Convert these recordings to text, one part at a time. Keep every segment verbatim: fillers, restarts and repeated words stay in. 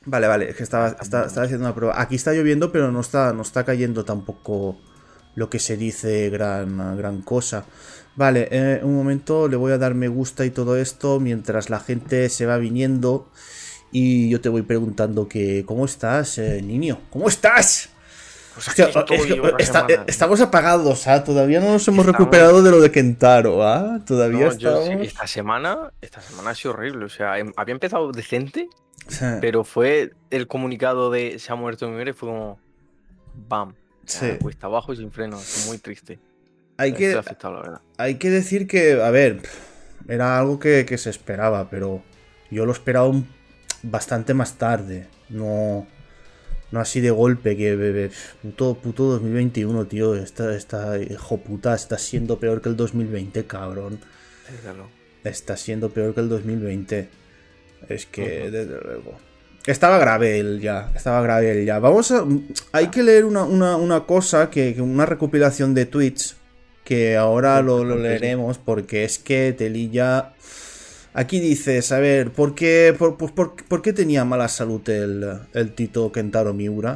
Vale, vale, es que estaba, estaba, estaba haciendo una prueba. Aquí está lloviendo, pero no está, no está cayendo tampoco lo que se dice gran, gran cosa. Vale, eh, un momento, le voy a dar me gusta y todo esto mientras la gente se va viniendo y yo te voy preguntando que ¿cómo estás, eh, niño? ¿Cómo estás? Pues Hostia, aquí estoy otra está- semana. estamos apagados, ¿ah? Todavía no nos hemos Estamos, recuperado de lo de Kentaro, ¿ah? Todavía no, yo sí, estamos... esta semana, esta semana ha sido horrible. O sea, em- había empezado decente, Sí, pero fue el comunicado de se ha muerto mi madre y fue como bam. O sea, sí. cuesta abajo y sin freno. Es muy triste. O Hay sea, estoy que, afectado, la verdad. hay que decir que, a ver, era algo que, que se esperaba, pero yo lo esperaba un- bastante más tarde. No, no así de golpe, que bebé, puto, puto dos mil veintiuno, tío. Esta, esta hijo puta está siendo peor que el dos mil veinte, cabrón. Déjalo. Está siendo peor que el dos mil veinte. Es que, Ujú. desde luego. Estaba grave él ya. Estaba grave él ya. Vamos a. Hay que leer una, una, una cosa, que, que una recopilación de tweets. Que ahora Muy lo, lo importante, sí. leeremos. Porque es que Telilla. Aquí dices, a ver, ¿por qué, por, pues por, por qué tenía mala salud el, el Tito Kentaro Miura?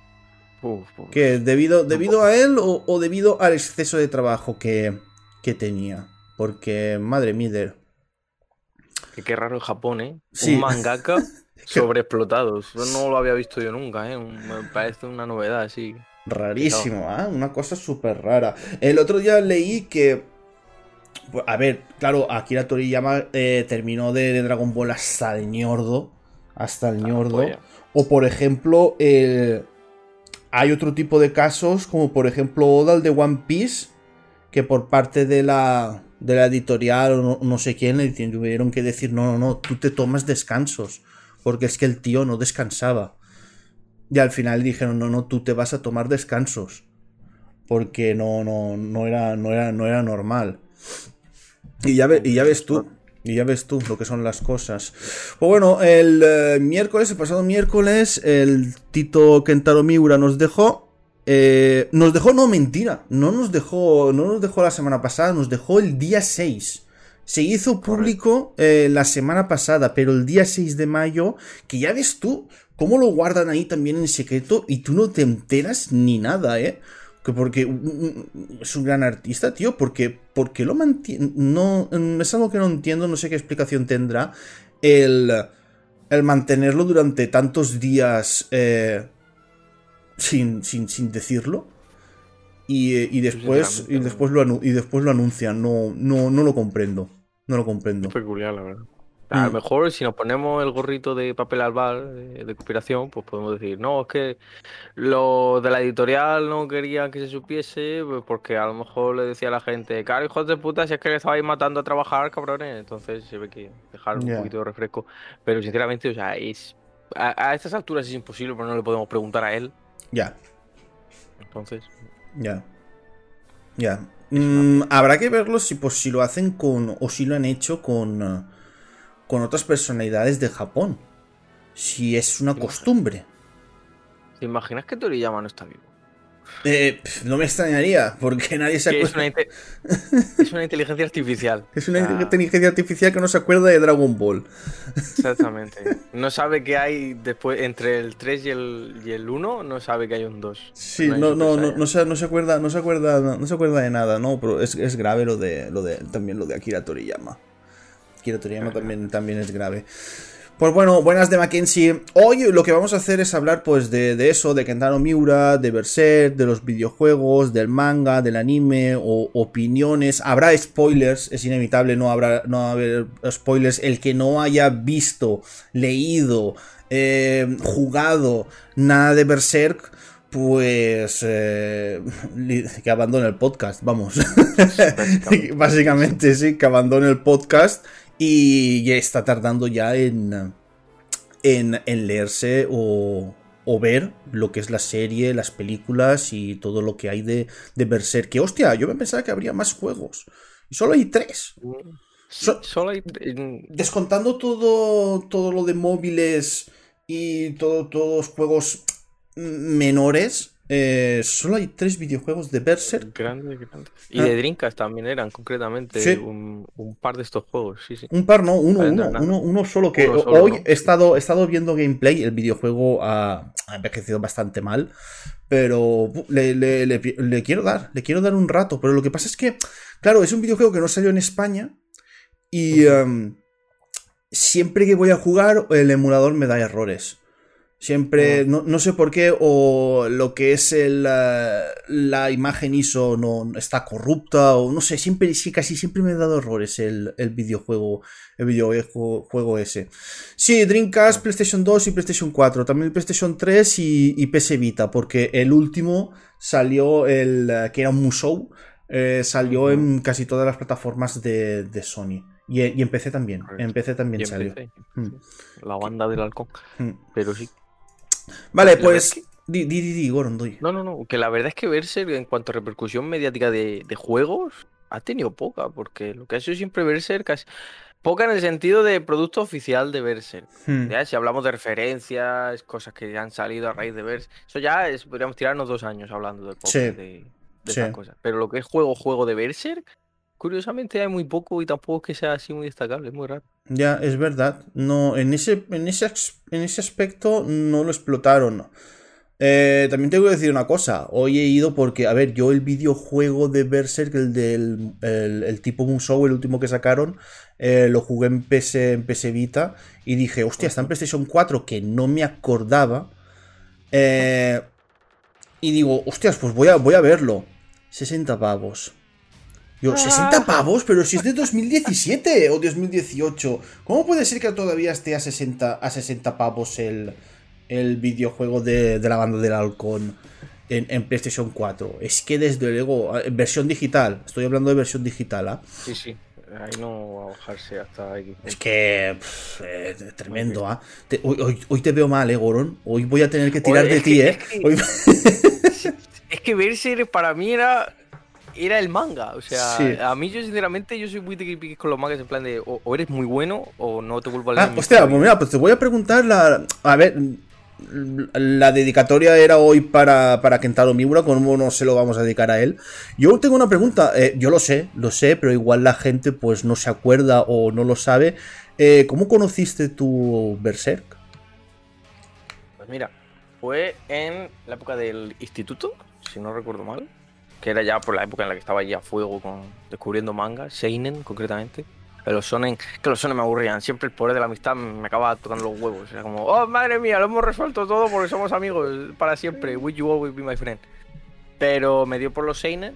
Uf, ¿Que pues, debido, un debido poco. a él o, o debido al exceso de trabajo que, que tenía? Porque, madre mía. Que qué raro en Japón, ¿eh? Un Sí, mangaka que sobreexplotado. Eso no lo había visto yo nunca, ¿eh? Un- Me parece una novedad, sí. Pesado. rarísimo, ¿ah? Una cosa súper rara. El otro día leí que. Pues, a ver, claro, Akira Toriyama eh, terminó de, de Dragon Ball hasta el ñordo. Hasta el Hasta la ñordo. polla. O por ejemplo, el- hay otro tipo de casos, como por ejemplo Oda, el de One Piece, que por parte de la, de la editorial o no, no sé quién le tuvieron que decir: no, no, no, tú te tomas descansos. Porque es que el tío no descansaba. Y al final dijeron: no, no, tú te vas a tomar descansos. Porque no, no, no era, no era, no era normal. Y ya, ve- y ya ves tú. Y ya ves tú lo que son las cosas. Pues bueno, el eh, miércoles, el pasado miércoles, el Tito Kentaro Miura nos dejó. Eh, nos dejó, no, mentira. No nos dejó. No nos dejó la semana pasada, nos dejó el día seis. Se hizo Correcto. público eh, la semana pasada, pero el día seis de mayo, que ya ves tú cómo lo guardan ahí también en secreto y tú no te enteras ni nada, ¿eh? Que porque mm, mm, es un gran artista, tío. Porque, ¿por qué lo mantiene? No, mm, es algo que no entiendo, no sé qué explicación tendrá el, el mantenerlo durante tantos días eh, sin, sin, sin decirlo. Y, eh, y Yo después, y sinceramente después no. lo anu- y después lo anuncian. No, no, no lo comprendo. No lo Es comprendo. peculiar, la verdad. A lo Mm, mejor si nos ponemos el gorrito de papel albal de, de conspiración, pues podemos decir, no, es que los de la editorial no querían que se supiese, pues porque a lo mejor le decía a la gente, claro, hijos de puta, si es que le estabais matando a trabajar, cabrones. Entonces se ve que dejar un ya. poquito de refresco. Pero sinceramente, o sea, es a, a estas alturas es imposible, pero no le podemos preguntar a él. Ya. Entonces, Ya. Ya. es una Mm, pena. habrá que verlo si, pues, si lo hacen con. O si lo han hecho con. eh, con otras personalidades de Japón. Si es una ¿Te imaginas? costumbre. ¿Te imaginas que Toriyama no está vivo? Eh, pf, no me extrañaría, porque nadie se Que es una, acuerda. inte- es una inteligencia artificial. Es O una sea, inteligencia artificial que no se acuerda de Dragon Ball. exactamente. No sabe que hay después entre el tres y el, y el uno, no sabe que hay un dos. Sí, No hay no, Super no, no, Saiyan. no se, no se acuerda, no se acuerda, no se acuerda de nada, ¿no? Pero es, es grave lo de, lo de, también lo de Akira Toriyama. Akira Toriyama Es grave. también, también es grave. Pues bueno, buenas de Mackenzie. Hoy lo que vamos a hacer es hablar pues de, de eso, de Kentaro Miura, de Berserk, de los videojuegos, del manga, del anime, o opiniones. Habrá spoilers, es inevitable no habrá no haber spoilers. El que no haya visto, leído, eh, jugado nada de Berserk, pues eh, que abandone el podcast, vamos. Básicamente. Sí, sí. Básicamente sí, que abandone el podcast y ya está tardando ya en, en, en leerse o, o ver lo que es la serie, las películas y todo lo que hay de, de Berserk. Que hostia, yo me pensaba que habría más juegos. Y solo hay tres. Mm, Sí, So- solo hay tres. mm, descontando todo, todo lo de móviles y todo, todos los juegos menores. Eh, solo hay tres videojuegos de Berserk. Grande, grande. Y Ah, de Dreamcast también eran, concretamente, sí, un, un par de estos juegos, sí, sí. un par, no, uno, Para uno, entrenar. uno, uno solo que Uno solo, hoy ¿no? he estado, he estado viendo gameplay. El videojuego ha, ha envejecido bastante mal, pero le, le, le, le quiero dar, le quiero dar un rato. Pero lo que pasa es que, claro, es un videojuego que no salió en España y Ujú. um, siempre que voy a jugar el emulador me da errores. Mm. Siempre, no, no sé por qué, o lo que es el, eh, la imagen I S O no está corrupta, o no sé, siempre, sí, casi siempre me ha dado errores el, el videojuego, el videojuego juego ese. Sí, Dreamcast, Mm. PlayStation dos y PlayStation cuatro, también PlayStation tres y, y P S Vita, porque el último salió, el eh, que era un Musou, eh, salió Ujú. en casi todas las plataformas de, de Sony. Y, y en P C también, en Correcto. P C Y también salió. empecé, Mm, empecé. La banda del halcón. mm. Pero sí. Vale, La verdad es pues, que. di, di, di, di, Goron, doy. No, no, no. Que la verdad es que Berserk, en cuanto a repercusión mediática de, de juegos, ha tenido poca. Porque lo que ha sido siempre Berserk, casi- poca en el sentido de producto oficial de Berserk. Hmm, Ya, si hablamos de referencias, cosas que ya han salido a raíz de Berserk, eso ya es, podríamos tirarnos dos años hablando del podcast sí, de, de sí. esas cosas. Pero lo que es juego, juego de Berserk, curiosamente hay muy poco y tampoco es que sea así muy destacable, es muy raro. Ya, es verdad. No, en ese, en ese, ex- en ese aspecto no lo explotaron. Eh, también tengo que decir una cosa. Hoy he ido porque, a ver, yo el videojuego de Berserk, el del el, el tipo Musou, el último que sacaron, eh, lo jugué en P S, en P S Vita y dije, hostia, está en Ujú. PlayStation cuatro, que no me acordaba. Eh, y digo, hostias, pues voy a, voy a verlo. sesenta pavos. Yo, ¿sesenta Ah, pavos? Pero si es de dos mil diecisiete o dos mil dieciocho. ¿Cómo puede ser que todavía esté a sesenta, a sesenta pavos el, el videojuego de, de la banda del halcón en, en PlayStation cuatro? Es que desde luego, en versión digital, estoy hablando de versión digital, ¿ah? sí, sí, ahí no va a bajarse hasta X Es punto. que pff, eh, Muy bien. tremendo, ¿ah? Te- hoy, hoy- hoy te veo mal, ¿eh, Goron? Hoy voy a tener que tirar Oye, de es que, ti, es ¿eh? que, Hoy- sí, es que Berserk para mí era, era el manga. O Sí. sea, a mí yo sinceramente yo soy muy tiquismiquis con los mangas en plan de o, o eres muy bueno o no te vuelvo a leer Ah, en mi hostia, puta pues vida. mira, pues te voy a preguntar la. A ver, la dedicatoria era hoy para, para Kentaro Miura, ¿cómo no se lo vamos a dedicar a él? Yo tengo una pregunta, eh, yo lo sé, lo sé, pero igual la gente pues no se acuerda o no lo sabe. Eh, ¿Cómo conociste tu Berserk? Pues mira, fue en la época del instituto, si no recuerdo mal, que era ya por la época en la que estaba ya a fuego con descubriendo mangas, seinen concretamente. Pero los shonen, que los shonen me aburrían, siempre el poder de la amistad me acaba tocando los huevos. Era como, oh madre mía, lo hemos resuelto todo porque somos amigos para siempre. Will you always be my friend? Pero me dio por los seinen.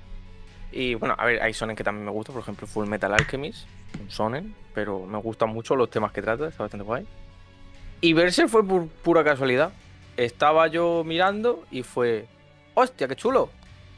Y bueno, a ver, hay shonen que también me gusta, por ejemplo, Full Metal Alchemist, un shonen, pero me gustan mucho los temas que trata, está bastante guay. Y Berserk fue por pura casualidad. Estaba yo mirando y fue, hostia, qué chulo.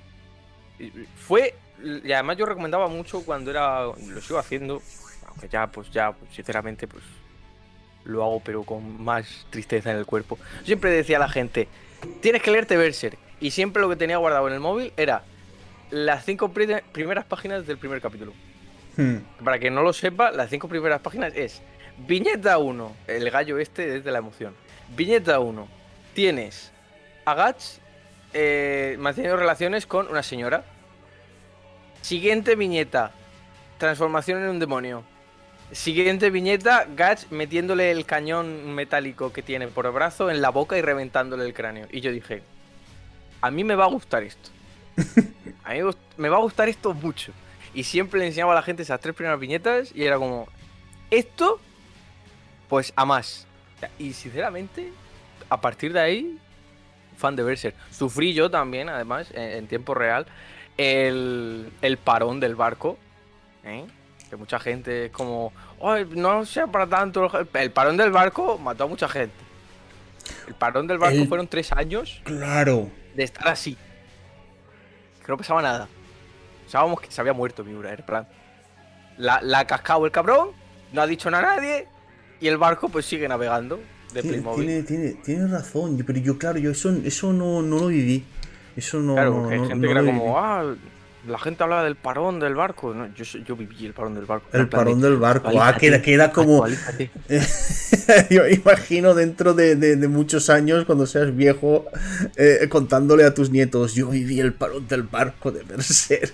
Y fue, y además yo recomendaba mucho cuando era, lo sigo haciendo, aunque ya, pues ya, pues, sinceramente, pues lo hago, pero con más tristeza en el cuerpo. Siempre decía a la gente, tienes que leerte Berserk. Y siempre lo que tenía guardado en el móvil era las cinco pri- primeras páginas del primer capítulo. Hmm. Para que no lo sepa, las cinco primeras páginas es Viñeta uno, el gallo este desde la emoción. Viñeta uno, tienes a Guts eh, manteniendo relaciones con una señora. Siguiente viñeta, transformación en un demonio. Siguiente viñeta, Guts metiéndole el cañón metálico que tiene por el brazo en la boca y reventándole el cráneo. Y yo dije, a mí me va a gustar esto. A mí me va a gustar esto mucho. Y siempre le enseñaba a la gente esas tres primeras viñetas y era como, esto, pues a más. Y sinceramente, a partir de ahí, fan de Berserk. Sufrí yo también, además, en, en tiempo real, el, el parón del barco. ¿eh? Que mucha gente es como, "Ay, no sea para tanto". El parón del barco mató a mucha gente. El parón del barco El... fueron tres años Claro. de estar así. Que no pasaba nada. Pensábamos que se había muerto Miura, en plan. La, la ha cascado el cabrón, no ha dicho nada a nadie, y el barco pues sigue navegando de Tiene, Playmobil. tiene, tiene, tiene razón, yo- pero yo, claro, yo eso, eso no, no lo viví. Eso no, Claro, no, porque hay no, gente no que lo era viví. como, ah, la gente hablaba del parón del barco. No, yo, yo viví el parón del barco. Era El en plan de, parón del barco. Ah, actualízate, queda, queda como. actualízate. Yo me imagino dentro de, de, de muchos años, cuando seas viejo, eh, contándole a tus nietos, yo viví el parón del barco de Berserk.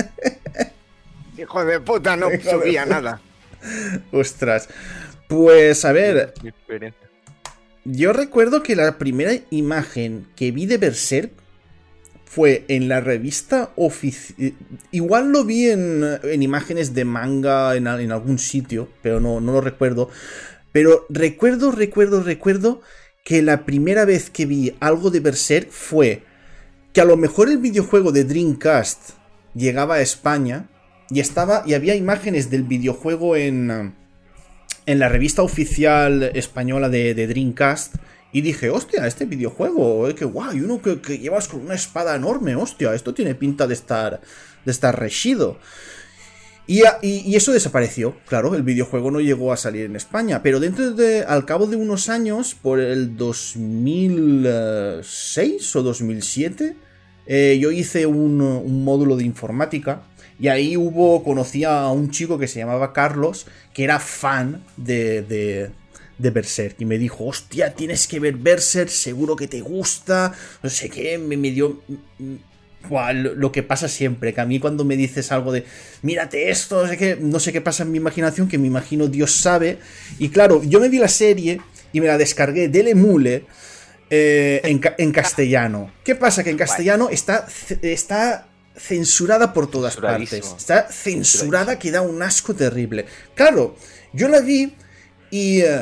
Hijo de puta, no Hijo subía de puta. nada. Ostras. Pues a ver, Mi experiencia. yo recuerdo que la primera imagen que vi de Berserk fue en la revista oficial. Igual lo vi en, en imágenes de manga en, en algún sitio, pero no, no lo recuerdo. Pero recuerdo, recuerdo, recuerdo que la primera vez que vi algo de Berserk fue que a lo mejor el videojuego de Dreamcast llegaba a España y estaba y había imágenes del videojuego en, en la revista oficial española de, de Dreamcast. Y dije, hostia, este videojuego, eh, qué guay, uno que, que llevas con una espada enorme, hostia, esto tiene pinta de estar, de estar reshido. Y, y, y eso desapareció, claro, el videojuego no llegó a salir en España, pero dentro de, al cabo de unos años, por el dos mil seis o dos mil siete, eh, yo hice un, un módulo de informática. Y ahí hubo, conocí a un chico que se llamaba Carlos, que era fan de... de de Berserk, y me dijo, hostia, tienes que ver Berserk, seguro que te gusta, no sé qué, me, me dio buah, lo, lo que pasa siempre, que a mí cuando me dices algo de mírate esto, no sé qué, no sé qué pasa en mi imaginación, que me imagino Dios sabe, y claro, yo me vi la serie y me la descargué del emule eh, en, en castellano. ¿Qué pasa? Que en castellano está, está censurada por todas partes, está censurada que da un asco terrible. Claro, yo la vi y... Uh,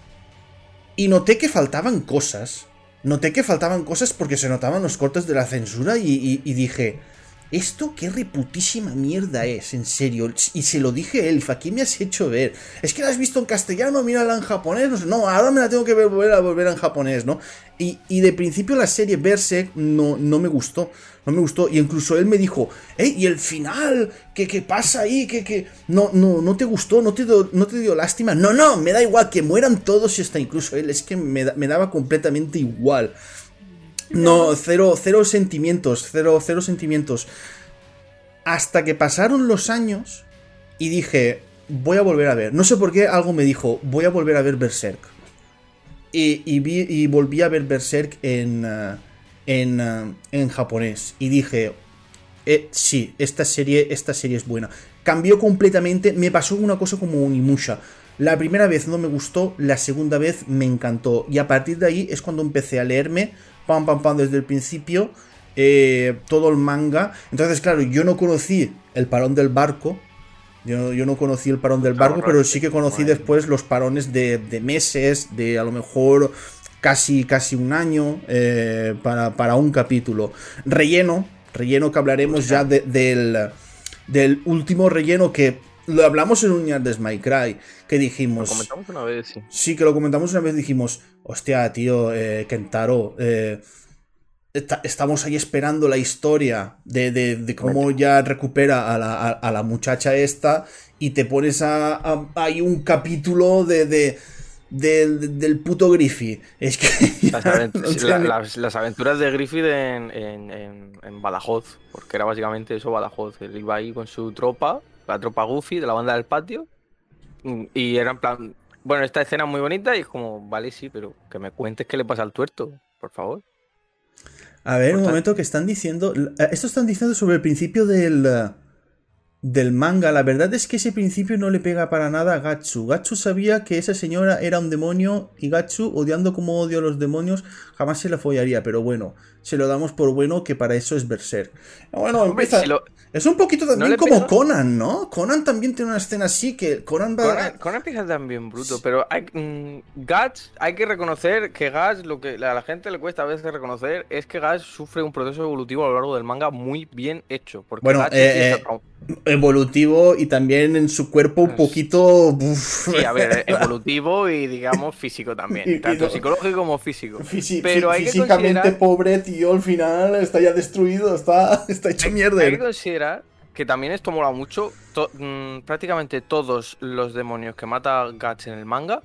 Y noté que faltaban cosas. Noté que faltaban cosas porque se notaban los cortes de la censura y, y, y dije, ¿esto qué reputísima mierda es? En serio. Y se lo dije a Elf, ¿a qué me has hecho ver? Es que la has visto en castellano, mírala en japonés. No, sé, no, ahora me la tengo que ver, volver a volver en japonés, ¿no? Y, y de principio la serie Berserk no, no me gustó. No me gustó. Y incluso él me dijo, ¡ey! ¿Y el final? ¿Qué, qué pasa ahí? ¿Qué, qué? No, no, no te gustó, no te, do, no te dio lástima. No, no, me da igual, que mueran todos y hasta incluso él. Es que me, da, me daba completamente igual. No, cero, cero sentimientos, cero, cero sentimientos. Hasta que pasaron los años y dije, voy a volver a ver. No sé por qué algo me dijo, voy a volver a ver Berserk. Y, y, vi, y volví a ver Berserk en... Uh, En, uh, en japonés y dije eh, sí, esta serie esta serie es buena. Cambió completamente, me pasó una cosa como Onimusha. La primera vez no me gustó, la segunda vez me encantó y a partir de ahí es cuando empecé a leerme pam pam pam desde el principio eh, todo el manga. Entonces claro, yo no conocí el parón del barco. Yo, yo no conocí el parón del barco, pero sí que conocí después los parones de, de meses, de a lo mejor Casi, casi un año eh, para, para un capítulo. Relleno, relleno que hablaremos ya de, del, del último relleno que lo hablamos en un Ñar de My Cry, que dijimos... Lo comentamos una vez, sí. Sí, que lo comentamos una vez, dijimos, hostia, tío, eh, Kentaro, eh, está, estamos ahí esperando la historia de, de, de cómo ya recupera a la, a, a la muchacha esta y te pones a, a, ahí un capítulo de... de Del, del puto Griffith. Es que. Las, avent no la, las, las aventuras de Griffith en, en, en, en Badajoz. Porque era básicamente eso, Badajoz. Él iba ahí con su tropa, la tropa Goofy de la banda del patio. Y era en plan. Bueno, esta escena es muy bonita y es como, vale, sí, pero que me cuentes qué le pasa al tuerto, por favor. A ver, un momento, que están diciendo. Esto están diciendo sobre el principio del. Del manga. La verdad es que ese principio no le pega para nada a Gatsu. Gatsu sabía que esa señora era un demonio y Gatsu, odiando como odio a los demonios, jamás se la follaría, pero bueno, se lo damos por bueno, que para eso es Berserk. Bueno, Hombre, empieza... si lo... Es un poquito también ¿No como pega? Conan, ¿no? Conan también tiene una escena así que Conan va... Conan, Conan empieza también bruto, pero hay, mmm, Guts, hay que reconocer que Guts, lo que a la gente le cuesta a veces reconocer es que Guts sufre un proceso evolutivo a lo largo del manga muy bien hecho. Porque bueno, Guts eh, eh, evolutivo y también en su cuerpo un poquito... Uf. Sí, a ver, evolutivo y digamos físico también, y, tanto y no, psicológico como físico. Fisi pero hay físicamente que considerar... pobre, tío, al final está ya destruido, está, está hecho mierda. Hay que considerar que también esto mola mucho. To mmm, prácticamente todos los demonios que mata Guts en el manga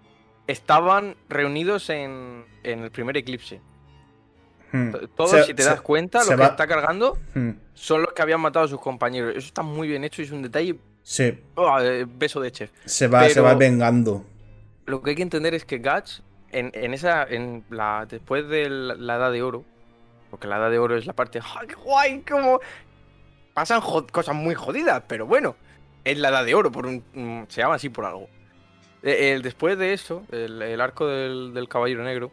estaban reunidos en, en el primer eclipse. Hmm. Todos, se, si te se, das cuenta, los que va... está cargando hmm. son los que habían matado a sus compañeros. Eso está muy bien hecho y es un detalle. Sí. Oh, beso de chef. Se va, Pero... se va vengando. lo que hay que entender es que Guts, en, en esa, en la, después de la, la Edad de Oro, porque la Edad de Oro es la parte, ¡ay, qué guay! Como pasan cosas muy jodidas, pero bueno, es la Edad de Oro, por un, mm, se llama así por algo. El, después de eso, el, el arco del, del Caballero Negro,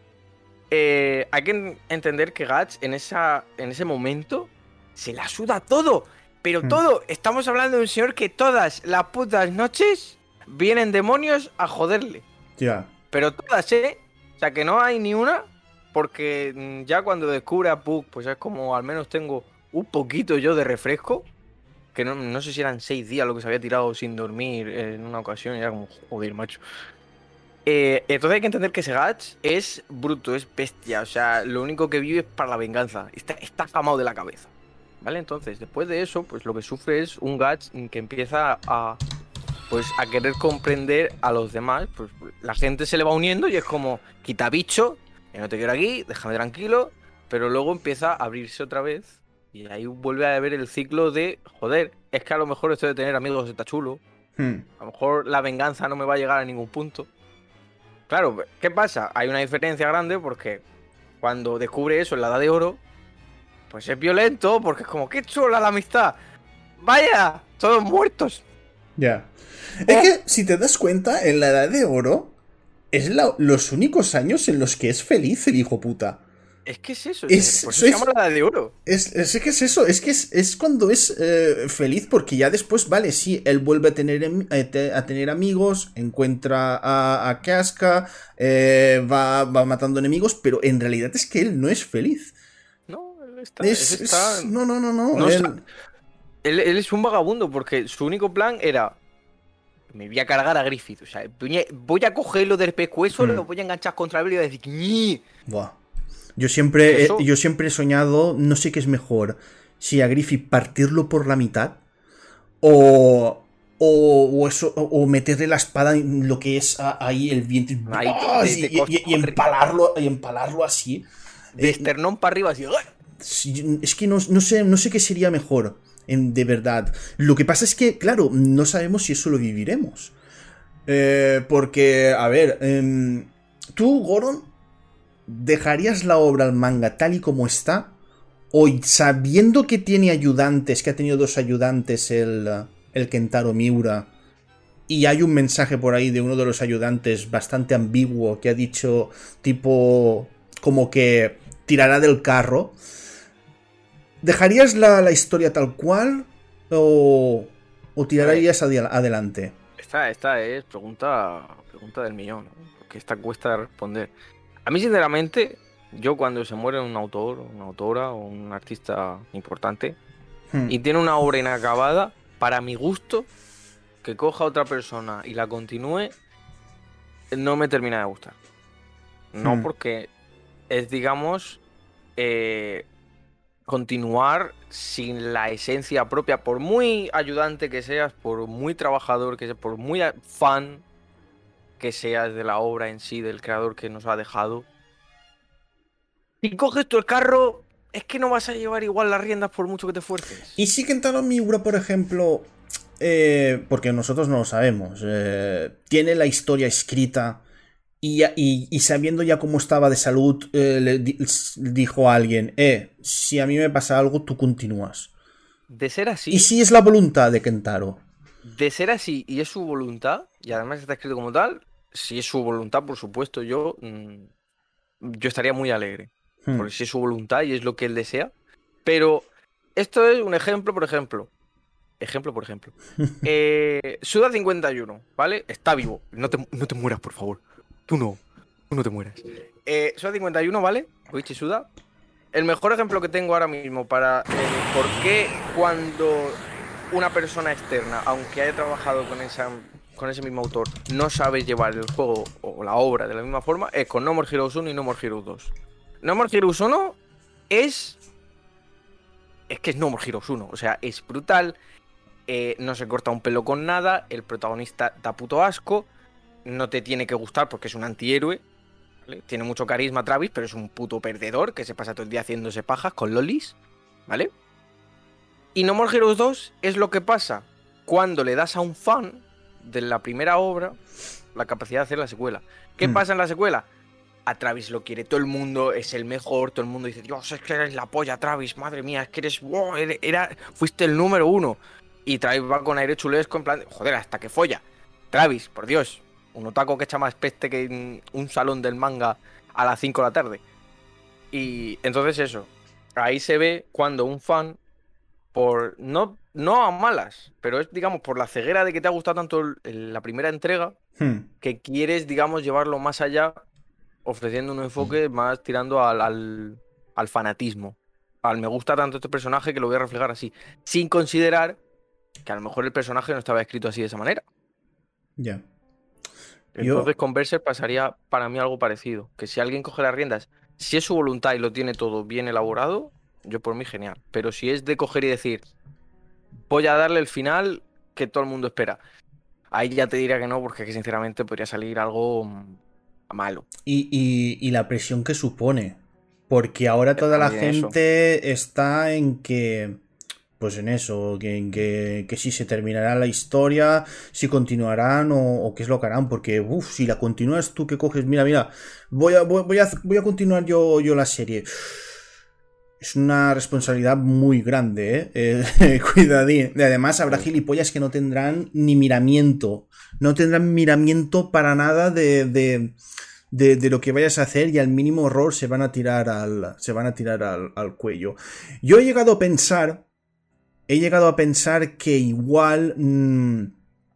eh, hay que entender que Guts en, esa, en ese momento se la suda todo, pero mm. todo. Estamos hablando de un señor que todas las putas noches vienen demonios a joderle. Ya. Yeah. Pero todas, ¿eh? O sea, que no hay ni una, porque ya cuando descubre a Puck, pues es como al menos tengo un poquito yo de refresco. Que no, no sé si eran seis días lo que se había tirado sin dormir en una ocasión. Y era como, joder, macho. Eh, entonces hay que entender que ese Guts es bruto, es bestia. O sea, lo único que vive es para la venganza. Está, está jamado de la cabeza. ¿Vale? Entonces, después de eso, pues lo que sufre es un Guts que empieza a, pues, a querer comprender a los demás. Pues la gente se le va uniendo y es como, quita bicho, que no te quiero aquí, déjame tranquilo. Pero luego empieza a abrirse otra vez. Y ahí vuelve a ver el ciclo de, joder, es que a lo mejor esto de tener amigos está chulo. Hmm. A lo mejor la venganza no me va a llegar a ningún punto. Claro, ¿qué pasa? Hay una diferencia grande porque cuando descubre eso en la Edad de Oro, pues es violento porque es como, ¡qué chula la amistad! ¡Vaya! ¡Todos muertos! Ya. Yeah. Es que, si te das cuenta, en la Edad de Oro es la, los únicos años en los que es feliz el hijo puta. Es que es eso, es, por eso se llama la Edad de Oro. Es, es, es que es eso, es que es, es cuando es eh, feliz, porque ya después, vale, sí, él vuelve a tener, a tener amigos, encuentra a, a Casca, eh, va, va matando enemigos, pero en realidad es que él no es feliz. No, él está... Es, él está es, no, no, no, no. no él... Está, él, él es un vagabundo, porque su único plan era... Me voy a cargar a Griffith, o sea, voy a, voy a cogerlo del pescuezo, hmm. lo voy a enganchar contra él y voy a decir... ¡Ñi! Buah. Yo siempre, he, yo siempre he soñado, no sé qué es mejor, si a Griffith partirlo por la mitad o, o, o, eso, o meterle la espada en lo que es a, ahí el vientre ahí, ¡oh! de, y, de y, y, empalarlo, y empalarlo así. De esternón eh, para arriba, así. Es que no, no, sé, no sé qué sería mejor, en, de verdad. Lo que pasa es que, claro, no sabemos si eso lo viviremos. Eh, porque, a ver, eh, tú, Goron, ¿dejarías la obra al manga tal y como está? ¿O sabiendo que tiene ayudantes, que ha tenido dos ayudantes el, el Kentaro Miura, y hay un mensaje por ahí de uno de los ayudantes bastante ambiguo que ha dicho tipo como que tirará del carro, ¿dejarías la, la historia tal cual o, o tirarías adi- adelante? Esta, esta es pregunta, pregunta del millón, ¿no? Porque esta cuesta de responder. A mí, sinceramente, yo cuando se muere un autor, una autora o un artista importante hmm. y tiene una obra inacabada, para mi gusto, que coja a otra persona y la continúe, no me termina de gustar. No hmm. porque es, digamos, eh, continuar sin la esencia propia, por muy ayudante que seas, por muy trabajador que seas, por muy fan que seas de la obra en sí, del creador que nos ha dejado. Si coges tú el carro, es que no vas a llevar igual las riendas por mucho que te esfuerces. Y si Kentaro Miura, por ejemplo, eh, porque nosotros no lo sabemos, eh, tiene la historia escrita y, y, y sabiendo ya cómo estaba de salud, eh, le di, dijo a alguien, eh, si a mí me pasa algo, tú continúas. De ser así... ¿Y si es la voluntad de Kentaro? De ser así y es su voluntad, y además está escrito como tal, si es su voluntad, por supuesto, yo, yo estaría muy alegre. Hmm. Porque si es su voluntad y es lo que él desea. Pero esto es un ejemplo, por ejemplo. Ejemplo, por ejemplo. eh, Suda cincuenta y uno, ¿vale? Está vivo. No te, no te mueras, por favor. Tú no. Tú no te mueras. Eh, Suda cincuenta y uno, ¿vale? Oichi Suda. El mejor ejemplo que tengo ahora mismo para eh, por qué cuando una persona externa, aunque haya trabajado con esa, con ese mismo autor, no sabe llevar el juego o la obra de la misma forma, es con No More Heroes uno y No More Heroes dos. No More Heroes uno es... Es que es No More Heroes uno. O sea, es brutal. Eh, no se corta un pelo con nada. El protagonista da puto asco. No te tiene que gustar porque es un antihéroe, ¿vale? Tiene mucho carisma Travis, pero es un puto perdedor que se pasa todo el día haciéndose pajas con lolis, ¿vale? Y No More Heroes dos es lo que pasa cuando le das a un fan de la primera obra la capacidad de hacer la secuela. ¿Qué Hmm. pasa en la secuela? A Travis lo quiere todo el mundo, es el mejor, todo el mundo dice, Dios, es que eres la polla, Travis, madre mía, es que eres, wow, eres- era, fuiste el número uno. Y Travis va con aire chulesco en plan, joder, hasta que folla. Travis, por Dios, un otaku que echa más peste que en un salón del manga a las cinco de la tarde. Y entonces eso, ahí se ve cuando un fan, por no, no a malas, pero es, digamos, por la ceguera de que te ha gustado tanto el- el- la primera entrega, Hmm. que quieres, digamos, llevarlo más allá, ofreciendo un enfoque más tirando al, al, al fanatismo. Al me gusta tanto este personaje que lo voy a reflejar así. Sin considerar que a lo mejor el personaje no estaba escrito así de esa manera. Ya. Entonces Yo... con Berserk pasaría para mí algo parecido. Que si alguien coge las riendas, si es su voluntad y lo tiene todo bien elaborado, yo por mí genial. Pero si es de coger y decir, voy a darle el final que todo el mundo espera, ahí ya te diría que no, porque que sinceramente podría salir algo mm, malo. Y, y, y la presión que supone. Porque ahora toda la También eso. gente está en que... Pues en eso, que, en que, que si se terminará la historia, si continuarán o, o qué es lo que harán. Porque, uff, si la continúas tú que coges, mira, mira, voy a, voy, voy a, voy a continuar yo, yo la serie. Es una responsabilidad muy grande, ¿eh? eh cuidadín. Y además habrá gilipollas que no tendrán ni miramiento. No tendrán miramiento para nada de... de De, de lo que vayas a hacer y al mínimo error se van a tirar al, se van a tirar al, al cuello. Yo he llegado a pensar, he llegado a pensar que igual mmm,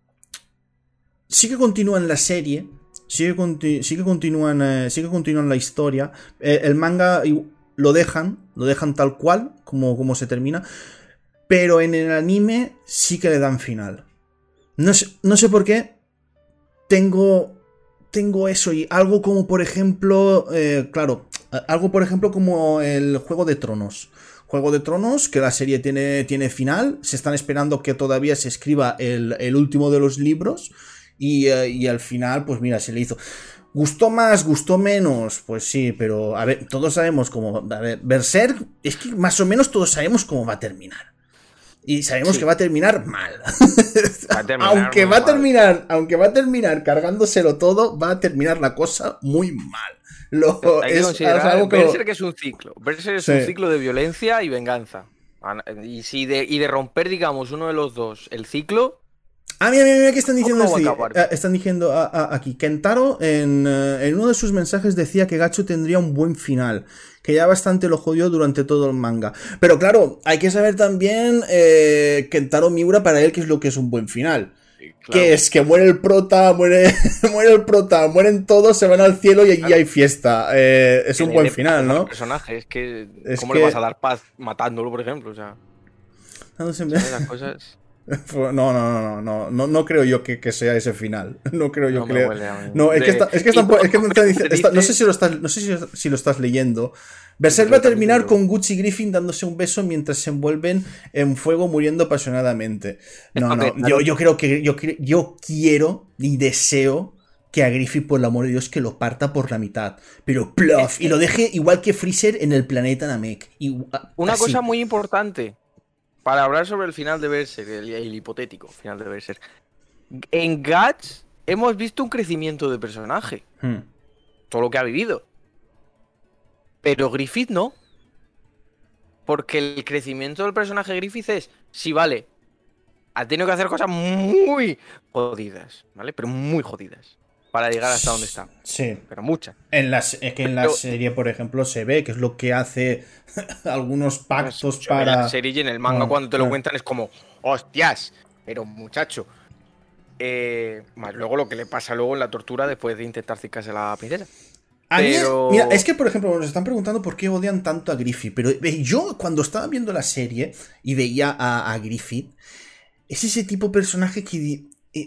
sí que continúan la serie, sí que, conti sí que continúan, eh, sí que continúan la historia. Eh, el manga lo dejan, lo dejan tal cual como, como se termina, pero en el anime sí que le dan final. No sé, no sé por qué. Tengo Tengo eso y algo como por ejemplo, eh, claro, algo por ejemplo como el Juego de Tronos. Juego de Tronos, que la serie tiene, tiene final, se están esperando que todavía se escriba el, el último de los libros y, eh, y al final, pues mira, se le hizo. ¿Gustó más? ¿Gustó menos? Pues sí, pero a ver, todos sabemos cómo... A ver, Berserk, es que más o menos todos sabemos cómo va a terminar. Y sabemos Sí. que va a terminar mal. Va a terminar aunque muy va a mal. terminar, aunque va a terminar cargándoselo todo, va a terminar la cosa muy mal. Lo, Hay que es, considerar, es algo que... Berserk es un ciclo. Berserk es Sí. un ciclo de violencia y venganza. Y, si de, y de romper, digamos, uno de los dos, el ciclo... Ah, mira, mira, mira, que están diciendo, ¿Cómo va a así, acabar? eh, están diciendo a, a, aquí. Kentaro en, eh, en uno de sus mensajes decía que Gatsu tendría un buen final, que ya bastante lo jodió durante todo el manga. Pero claro, hay que saber también eh, Kentaro Miura para él qué es lo que es un buen final. Claro. Que es que muere el prota, muere, muere el prota, mueren todos, se van al cielo y allí Claro. hay fiesta. Eh, es Que un le buen dé final, paz al ¿no? personaje, es que... Es ¿Cómo que- le vas a dar paz matándolo, por ejemplo? O sea, No, sé, ¿sabes? Las cosas... no, no, no, no, no, no creo yo que, que sea ese final. No creo yo No que me le... huele a mí. No, es De- que está, es que y están, todo es que me está diciendo, dice- está- no sé si lo estás, no sé si, si lo estás leyendo. Berserk Sí, va a también terminar lo- con Guts y Griffin dándose un beso mientras se envuelven en fuego muriendo apasionadamente. No, no, Espérate, yo, yo creo que yo, cre- yo quiero y deseo que a Griffin, por el amor de Dios, que lo parta por la mitad. Pero plof, y lo deje igual que Freezer en el planeta Namek. Y, Una así. cosa muy importante para hablar sobre el final de Berserk, el, el hipotético final de Berserk. En Guts hemos visto un crecimiento de personaje, Hmm. todo lo que ha vivido. Pero Griffith no. Porque el crecimiento del personaje Griffith es, sí, vale, ha tenido que hacer cosas muy jodidas, ¿vale? Pero muy jodidas. Para llegar hasta donde está. Sí. Pero muchas. En la, es que en la Pero- serie, por ejemplo, se ve que es lo que hace algunos pactos En para... la serie y en el manga, Ah, cuando te lo ah. cuentan, es como, hostias, pero muchacho. Eh, más luego lo que le pasa luego en la tortura después de intentar cicarse a la princesa. A mí, Pero- mira, es que, por ejemplo, nos están preguntando por qué odian tanto a Griffith, pero eh, yo cuando estaba viendo la serie y veía a, a Griffith, es ese tipo de personaje que... di- eh,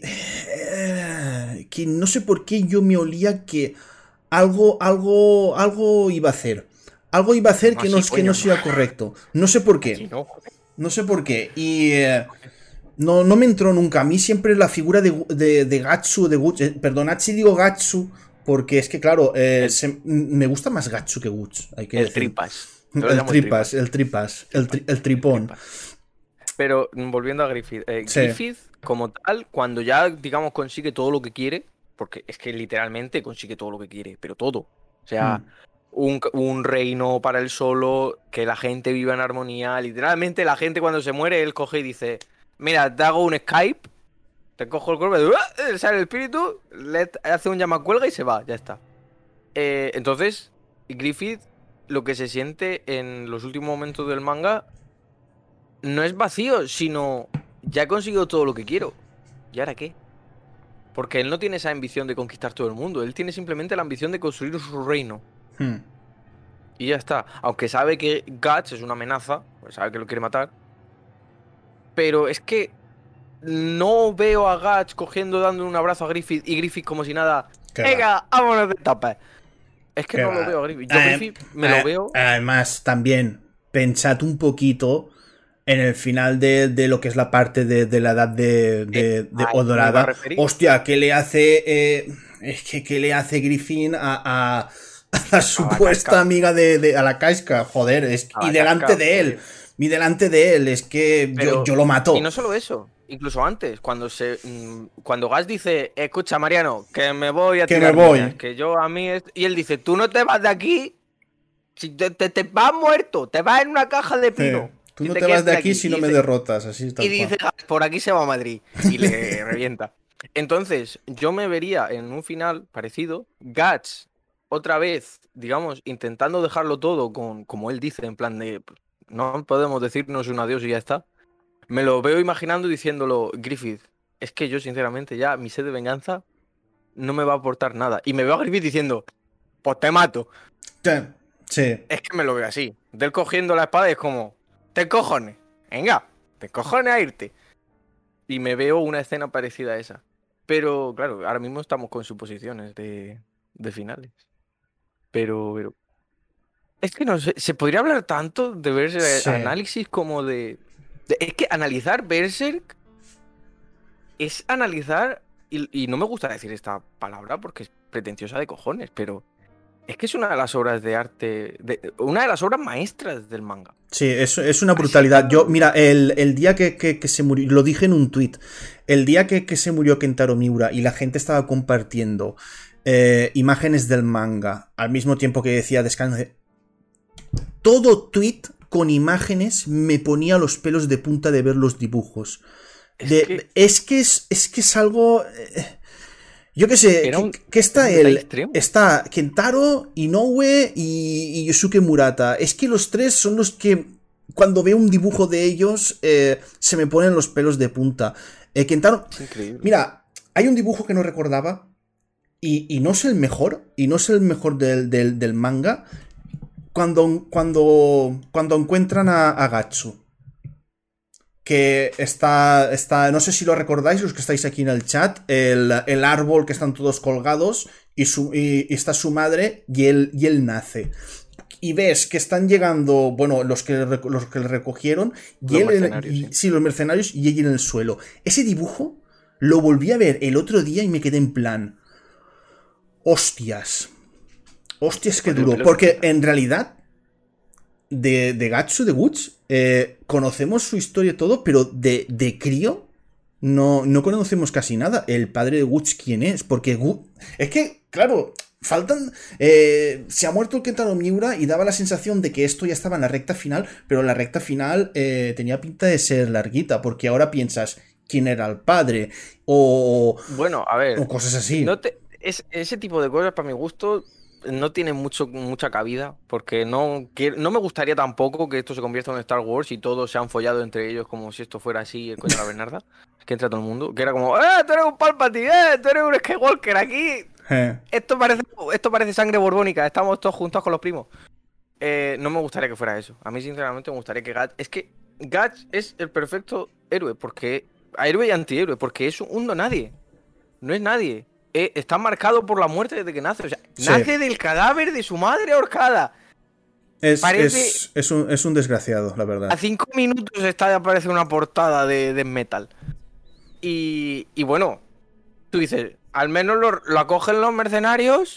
eh, que no sé por qué yo me olía que algo, algo, algo iba a hacer. Algo iba a hacer No, que no, así, que no coño. sea correcto. No sé por Sí, qué. no, joder. No sé por qué. Y... eh, No, no me entró nunca. A mí siempre la figura de, de, de Gatsu, de Guts, eh, perdón, Hachi digo Gatsu, porque es que, claro, eh, El- se- me gusta más Gatsu que Guts. Hay que El decir. tripas. Yo lo El llamo tripas, el tripas, el, tri- el tripón. tripas. Pero mm, volviendo a Griffith. eh, Sí. Griffith, como tal, cuando ya, digamos, consigue todo lo que quiere, porque es que literalmente consigue todo lo que quiere, pero todo. O sea, Mm. un, un reino para él solo, que la gente viva en armonía. Literalmente la gente cuando se muere, él coge y dice, mira, te hago un Skype, te cojo el cuerpo, ¡uh! Sale el espíritu, le hace un llamacuelga y se va, ya está. Eh, entonces, Griffith, lo que se siente en los últimos momentos del manga, no es vacío, sino ya he conseguido todo lo que quiero. ¿Y ahora qué? Porque él no tiene esa ambición de conquistar todo el mundo, él tiene simplemente la ambición de construir su reino. Mm. Y ya está. Aunque sabe que Guts es una amenaza, pues sabe que lo quiere matar. Pero es que no veo a Guts cogiendo, dando un abrazo a Griffith y Griffith como si nada. Qué Venga, vámonos de tapa. Es que Qué no va. lo veo a Griffith. Yo Eh, Griffith me eh, lo veo. Además, también, pensad un poquito en el final de, de lo que es la parte de, de la edad de, de, de Ay, me iba a Odorada. referir. Hostia, ¿qué le hace? Eh, es que ¿qué le hace Griffin a, a, a la supuesta casca. amiga de, de- a la casca? Joder, es, A y la delante casca, de él. joder. Y delante de él, es que yo, Pero- yo lo mato. Y no solo eso, incluso antes, cuando se mm, cuando Gas dice, escucha Mariano, que me voy a Que tirar me voy. millas, que yo a mí es... y él dice, tú no te vas de aquí, si te, te, te vas muerto, te vas en una caja de pino. Eh, tú Si no te te quedas vas de aquí si Y no me dice- derrotas, así tal Y cual. dice, "Gas, por aquí se va a Madrid", y le revienta. Entonces, yo me vería en un final parecido, Guts otra vez, digamos, intentando dejarlo todo con, como él dice, en plan de, no podemos decirnos un adiós y ya está. Me lo veo imaginando y diciéndolo, Griffith, es que yo sinceramente ya mi sed de venganza no me va a aportar nada. Y me veo a Griffith diciendo, pues te mato. Sí. Es que me lo veo así. De él cogiendo la espada y es como, te cojones, venga, te cojones a irte. Y me veo una escena parecida a esa. Pero claro, ahora mismo estamos con suposiciones de, de finales. Pero, pero... Es que no sé, se podría hablar tanto de ver Sí. análisis como de, de- Es que analizar Berserk es analizar, y, y no me gusta decir esta palabra porque es pretenciosa de cojones, pero es que es una de las obras de arte, de, una de las obras maestras del manga. Sí, es, es una brutalidad. Yo, mira, el, el día que, que, que se murió, lo dije en un tuit, el día que, que se murió Kentaro Miura y la gente estaba compartiendo eh, imágenes del manga al mismo tiempo que decía descanse, todo tuit con imágenes me ponía los pelos de punta de ver los dibujos. Es De- que es, que es, es que es algo... eh, yo qué sé, Era que, un- que está era un detalle él, extremo. está Kentaro, Inoue y, y Yosuke Murata. Es que los tres son los que cuando veo un dibujo de ellos eh, se me ponen los pelos de punta. Eh, Kentaro, es increíble. mira, hay un dibujo que no recordaba y, y no es el mejor, y no es el mejor del, del, del manga, cuando, cuando, cuando encuentran a, a Gatsu. Que está, está, no sé si lo recordáis los que estáis aquí en el chat, el, el árbol que están todos colgados y, su, y, y está su madre y él, y él nace. Y ves que están llegando, bueno, los que, los que le recogieron y Los él, mercenarios, y- sí. sí, los mercenarios y ella en el suelo. Ese dibujo lo volví a ver el otro día y me quedé en plan, hostias, hostias que Pues el duro, pelo porque se quita. en realidad de, de Gatsu, de Guts, eh, conocemos su historia y todo, pero de, de crío no, no conocemos casi nada. El padre de Guts, ¿quién es? Porque Gu- es que, claro, faltan... eh, se ha muerto el Kentaro Miura y daba la sensación de que esto ya estaba en la recta final, pero la recta final eh, tenía pinta de ser larguita, porque ahora piensas quién era el padre o, Bueno, a ver, o cosas así. no te, es, ese tipo de cosas, para mi gusto, no tiene mucho, mucha cabida, porque no, quiero- no me gustaría tampoco que esto se convierta en Star Wars y todos se han follado entre ellos como si esto fuera así, el coño de la Bernarda, que entra todo el mundo, que era como, ¡eh, tú eres un Palpatine, eh, tú eres un Skywalker aquí! Eh, Esto parece, esto parece sangre borbónica, estamos todos juntos con los primos. Eh, no me gustaría que fuera eso. A mí, sinceramente, me gustaría que Guts... Es que Guts es el perfecto héroe, porque... Héroe y antihéroe, porque es un no nadie. No es nadie. Eh, está marcado por la muerte desde que nace. O sea, Sí. nace del cadáver de su madre ahorcada. es, Parece- es, es, un, es un desgraciado, la verdad. A cinco minutos está de aparecer una portada de, de metal. Y, y bueno, tú dices, al menos lo, lo acogen los mercenarios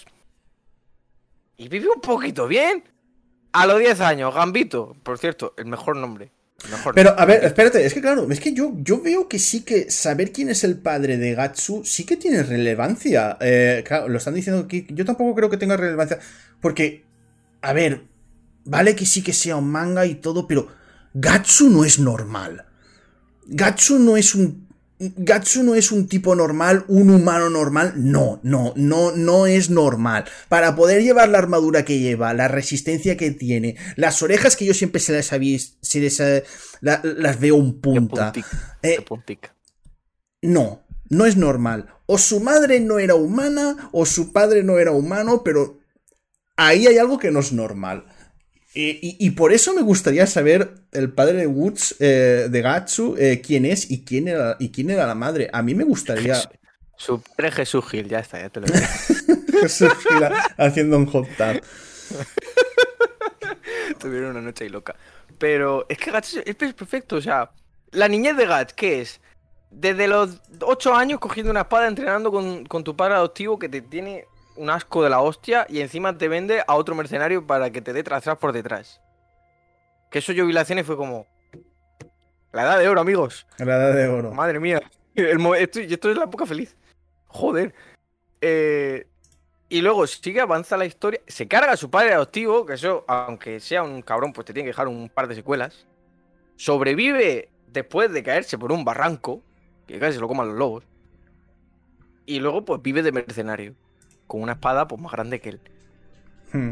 y vive un poquito bien. A los diez años, Gambito, por cierto, el mejor nombre. Mejor Pero, no. a ver, espérate, es que claro, es que yo, yo veo que sí que saber quién es el padre de Gatsu sí que tiene relevancia. Eh, claro, lo están diciendo aquí. Yo tampoco creo que tenga relevancia. Porque, a ver, vale que sí que sea un manga y todo, pero Gatsu no es normal. Gatsu no es un. Gatsu no es un tipo normal, un humano normal. No, no, no, no es normal. Para poder llevar la armadura que lleva, la resistencia que tiene, las orejas que yo siempre se las había, se les, eh, la, las veo un punta. De puntic, Eh, de puntic. no, no es normal. O su madre no era humana, o su padre no era humano, pero ahí hay algo que no es normal. Y, y, y por eso me gustaría saber el padre de Woods, eh, de Gatsu, eh, quién es y quién, era, y quién era la madre. A mí me gustaría... Su padre Jesús Gil, ya está, ya te lo digo. Jesús Gil haciendo un hot tub. Tuvieron una noche ahí loca. Pero es que Gats es perfecto, o sea, la niñez de Gats, ¿qué es? Desde los ocho años cogiendo una espada, entrenando con, con tu padre adoptivo que te tiene un asco de la hostia y encima te vende a otro mercenario para que te dé tras tras por detrás. Que eso yo vi la escena y fue como... La edad de oro, amigos. La edad de oro. Madre mía. El mo- esto, esto es la época feliz. Joder. Eh... Y luego sigue, avanza la historia, se carga a su padre adoptivo, que eso, aunque sea un cabrón, pues te tiene que dejar un par de secuelas. Sobrevive después de caerse por un barranco, que casi se lo coman los lobos. Y luego pues vive de mercenario, con una espada pues más grande que él. Hmm.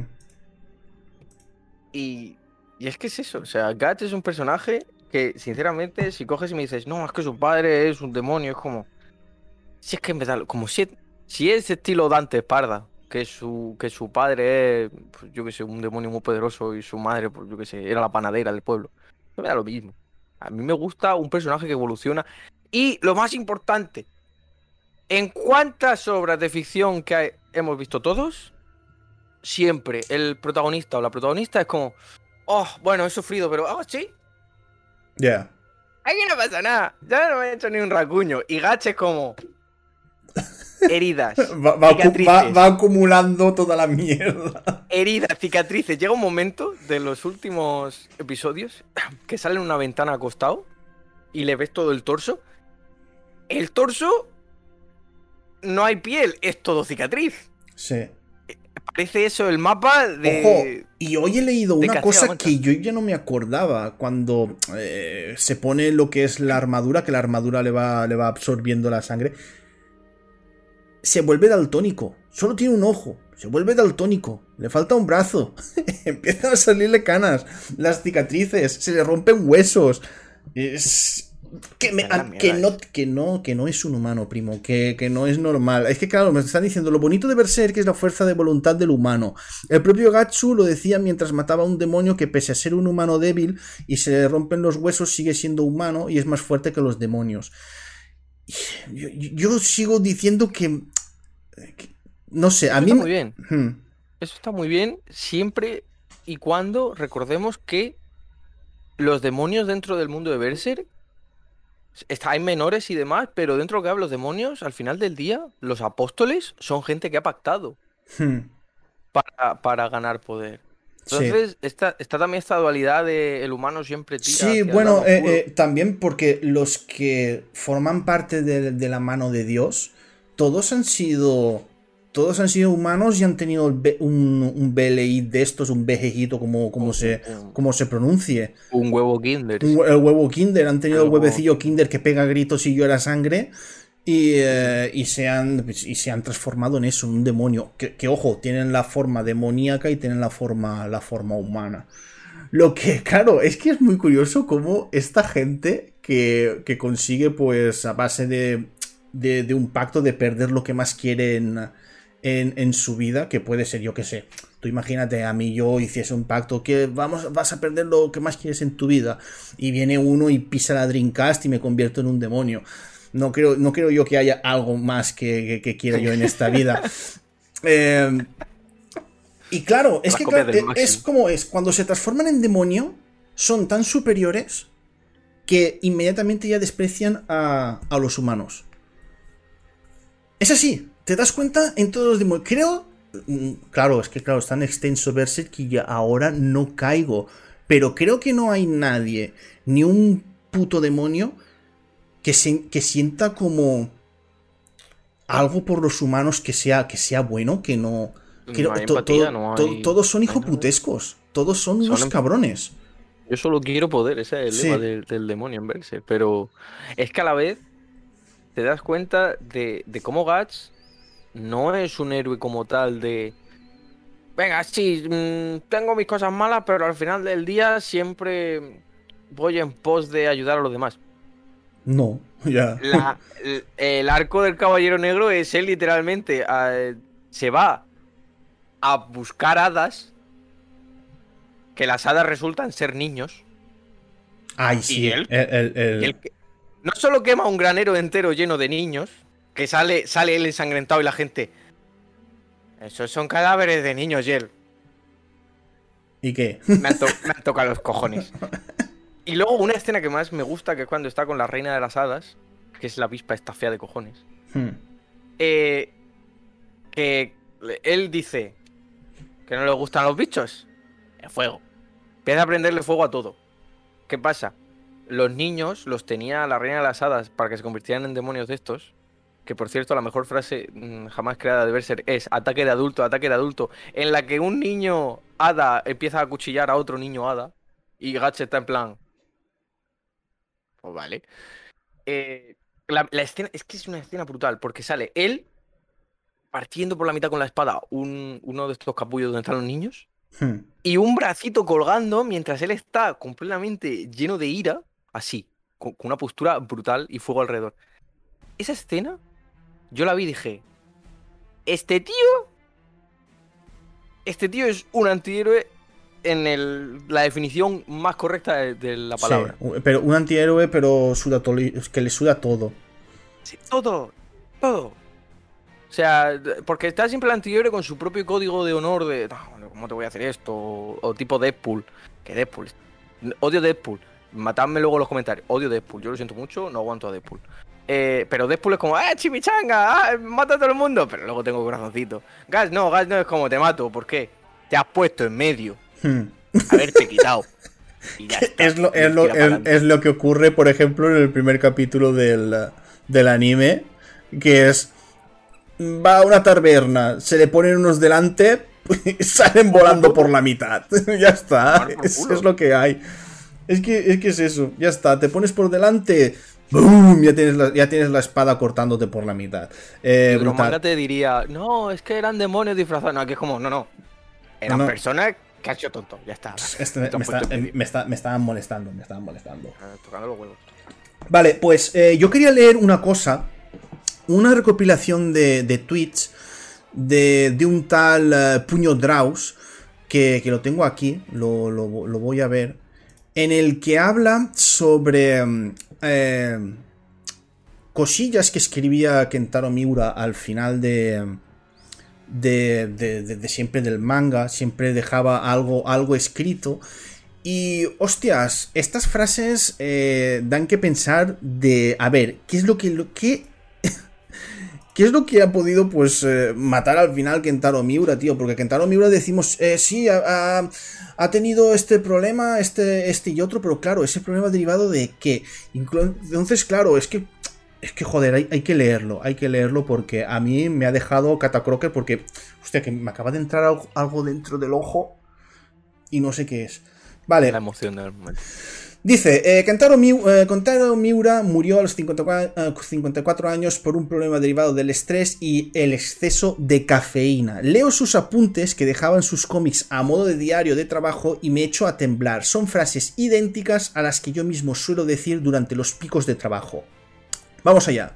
Y, y es que es eso, o sea, Guts es un personaje que sinceramente si coges y me dices, no, es que su padre es un demonio, es como... Si es que en verdad, como si... Si es estilo Dante Esparda, que su, que su padre es, pues, yo que sé, un demonio muy poderoso y su madre, pues yo que sé, era la panadera del pueblo. No me da lo mismo. A mí me gusta un personaje que evoluciona. Y lo más importante, ¿en cuántas obras de ficción que hay- hemos visto todos? Siempre el protagonista o la protagonista es como, oh, bueno, he sufrido, pero, oh, sí, Ya. Yeah. aquí no pasa nada, ya no me he hecho ni un rasguño. Y Gacha es como... Heridas, Va, va, cicatrices, va, va acumulando toda la mierda. heridas, cicatrices. Llega un momento de los últimos episodios que sale en una ventana acostado y le ves todo el torso. El torso no hay piel, es todo cicatriz. Sí. Parece eso el mapa de... Ojo, y hoy he leído de una Castilla-La cosa Mancha. que yo ya no me acordaba cuando eh, se pone lo que es la armadura, que la armadura le va, le va absorbiendo la sangre. Se vuelve daltónico, solo tiene un ojo, se vuelve daltónico, le falta un brazo, empiezan a salirle canas, las cicatrices, se le rompen huesos. Es... Que, me, a, que, no, que, no, que no es un humano, primo, que, que no es normal. Es que claro, me están diciendo, lo bonito de Berserk es la fuerza de voluntad del humano. El propio Gatsu lo decía mientras mataba a un demonio que pese a ser un humano débil y se le rompen los huesos, sigue siendo humano y es más fuerte que los demonios. Yo, yo sigo diciendo que, que no sé, a Eso mí está muy bien. Hmm. Eso está muy bien siempre y cuando recordemos que los demonios dentro del mundo de Berserk está, hay menores y demás, pero dentro de lo que hablan los demonios, al final del día, los apóstoles son gente que ha pactado Hmm. para, para ganar poder. Entonces, sí. está, está también esta dualidad de el humano siempre tira. Sí, bueno, eh, eh, también porque los que forman parte de, de la mano de Dios, todos han sido. Todos han sido humanos y han tenido un, un B L I de estos, un vejejito, como, como, se, como se pronuncie. Un huevo Kinder. Un, el huevo Kinder, han tenido el, el huevecillo Kinder que pega gritos y llora sangre. Y, eh, y, se han, y se han transformado en eso, en un demonio. Que, que ojo, tienen la forma demoníaca y tienen la forma, la forma humana. Lo que, claro, es que es muy curioso cómo esta gente que, que consigue, pues, a base de, de, de un pacto de perder lo que más quieren en, en su vida, que puede ser, yo qué sé. Tú imagínate, a mí yo hiciese un pacto que vamos, vas a perder lo que más quieres en tu vida. Y viene uno y pisa la Dreamcast y me convierto en un demonio. No creo, no creo yo que haya algo más que, que, que quiera yo en esta vida. Eh, y claro, es que claro, es como es. Cuando se transforman en demonio, son tan superiores que inmediatamente ya desprecian a, a los humanos. Es así, ¿te das cuenta? En todos los demonios. Creo, claro, es que claro, es tan extenso Berserk que ya ahora no caigo pero creo que no hay nadie, ni un puto demonio, que, se, que sienta como algo por los humanos que sea, que sea bueno, que no... Que No hay to- empatía, to- no to- hay- todos son no hay nada. hijoputescos, todos son Son unos em- cabrones. Yo solo quiero poder, ese es el Sí. lema del, del demonio en verse. Pero es que a la vez te das cuenta de, de cómo Guts no es un héroe como tal de... Venga, sí, mm, tengo mis cosas malas, pero al final del día siempre voy en pos de ayudar a los demás. No, ya. La- el, el arco del Caballero Negro es él literalmente eh, se va a buscar hadas, que las hadas resultan ser niños. Ay, sí. ¿Y él? El, el- el- Y él que- no solo quema un granero entero lleno de niños, que sale, sale él ensangrentado y la gente... Esos son cadáveres de niños, y él... ¿Y qué? Me han, to- me han tocado los cojones. Y luego una escena que más me gusta, que es cuando está con la reina de las hadas, que es la avispa esta fea de cojones. Hmm. Eh, que él dice que no le gustan los bichos. El fuego. Empieza a prenderle fuego a todo. ¿Qué pasa? Los niños los tenía la reina de las hadas para que se convirtieran en demonios de estos. Que por cierto, la mejor frase mmm, jamás creada de Berserk es ataque de adulto, ataque de adulto. En la que un niño hada empieza a acuchillar a otro niño hada. Y Guts está en plan... Pues vale. Eh, la, la escena, es que es una escena brutal, porque sale él partiendo por la mitad con la espada un, uno de estos capullos donde están los niños, Hmm. y un bracito colgando mientras él está completamente lleno de ira, así, con, con una postura brutal y fuego alrededor. Esa escena, yo la vi y dije, este tío, este tío es un antihéroe en el, la definición más correcta de, de la palabra. Sí, pero un antihéroe, pero suda to- que le suda todo. Sí, todo, todo. O sea, porque está siempre el antihéroe con su propio código de honor de no, ¿cómo te voy a hacer esto? O, o tipo Deadpool. Que Deadpool. Odio Deadpool. Matadme luego en los comentarios. Odio Deadpool. Yo lo siento mucho, no aguanto a Deadpool. Eh, pero Deadpool es como, ¡ah, chimichanga! ¡Ah, mata a todo el mundo! Pero luego tengo corazoncito. Gas no, Gas no es como te mato. ¿Por qué? Te has puesto en medio. Hmm. Haberte quitado. Y ya está. Es lo, Y es, lo, tira es, pa'lante. es lo que ocurre, por ejemplo, en el primer capítulo del, del anime, que es, va a una taberna, se le ponen unos delante y salen volando por la mitad. Ya está, Tomar por es, culo. es lo que hay. Es que, es que es eso, ya está, te pones por delante, ¡boom! Ya tienes la, ya tienes la espada cortándote por la mitad. Eh, Y otro brutal. manga te diría, no, es que eran demonios disfrazados. No, aquí es como, no, no. Eran No, no. personas que han sido tontos. Ya está. Este me, Te han me está- puesto en medio. me está- me estaban molestando, me estaban molestando. Ah, tocando los huevos. Vale, pues eh, yo quería leer una cosa, una recopilación de, de tweets de, de un tal eh, Puño Draus, que, que lo tengo aquí, lo, lo- lo voy a ver, en el que habla sobre mm, eh, cosillas que escribía Kentaro Miura al final de, de, de- de- de siempre del manga, siempre dejaba algo, algo escrito. Y, hostias, estas frases eh, dan que pensar de, a ver, ¿qué es lo que... Lo, qué, ¿Qué es lo que ha podido, pues, eh, matar al final Kentaro Miura, tío? Porque Kentaro Miura decimos, eh, sí, ha, ha- ha tenido este problema, este, este y otro, pero claro, ese problema derivado de qué. Inclu- Entonces, claro, es que, es que, joder, hay, hay que leerlo, hay que leerlo porque a mí me ha dejado Catacroker porque, hostia, que me acaba de entrar algo, algo dentro del ojo y no sé qué es. Vale. La emoción del momento. Dice, eh, Kentaro, Miu- eh, Kentaro Miura murió a los cincuenta y cuatro, eh, cincuenta y cuatro años por un problema derivado del estrés y el exceso de cafeína. Leo sus apuntes que dejaba en sus cómics a modo de diario de trabajo y me echo a temblar. Son frases idénticas a las que yo mismo suelo decir durante los picos de trabajo. Vamos allá.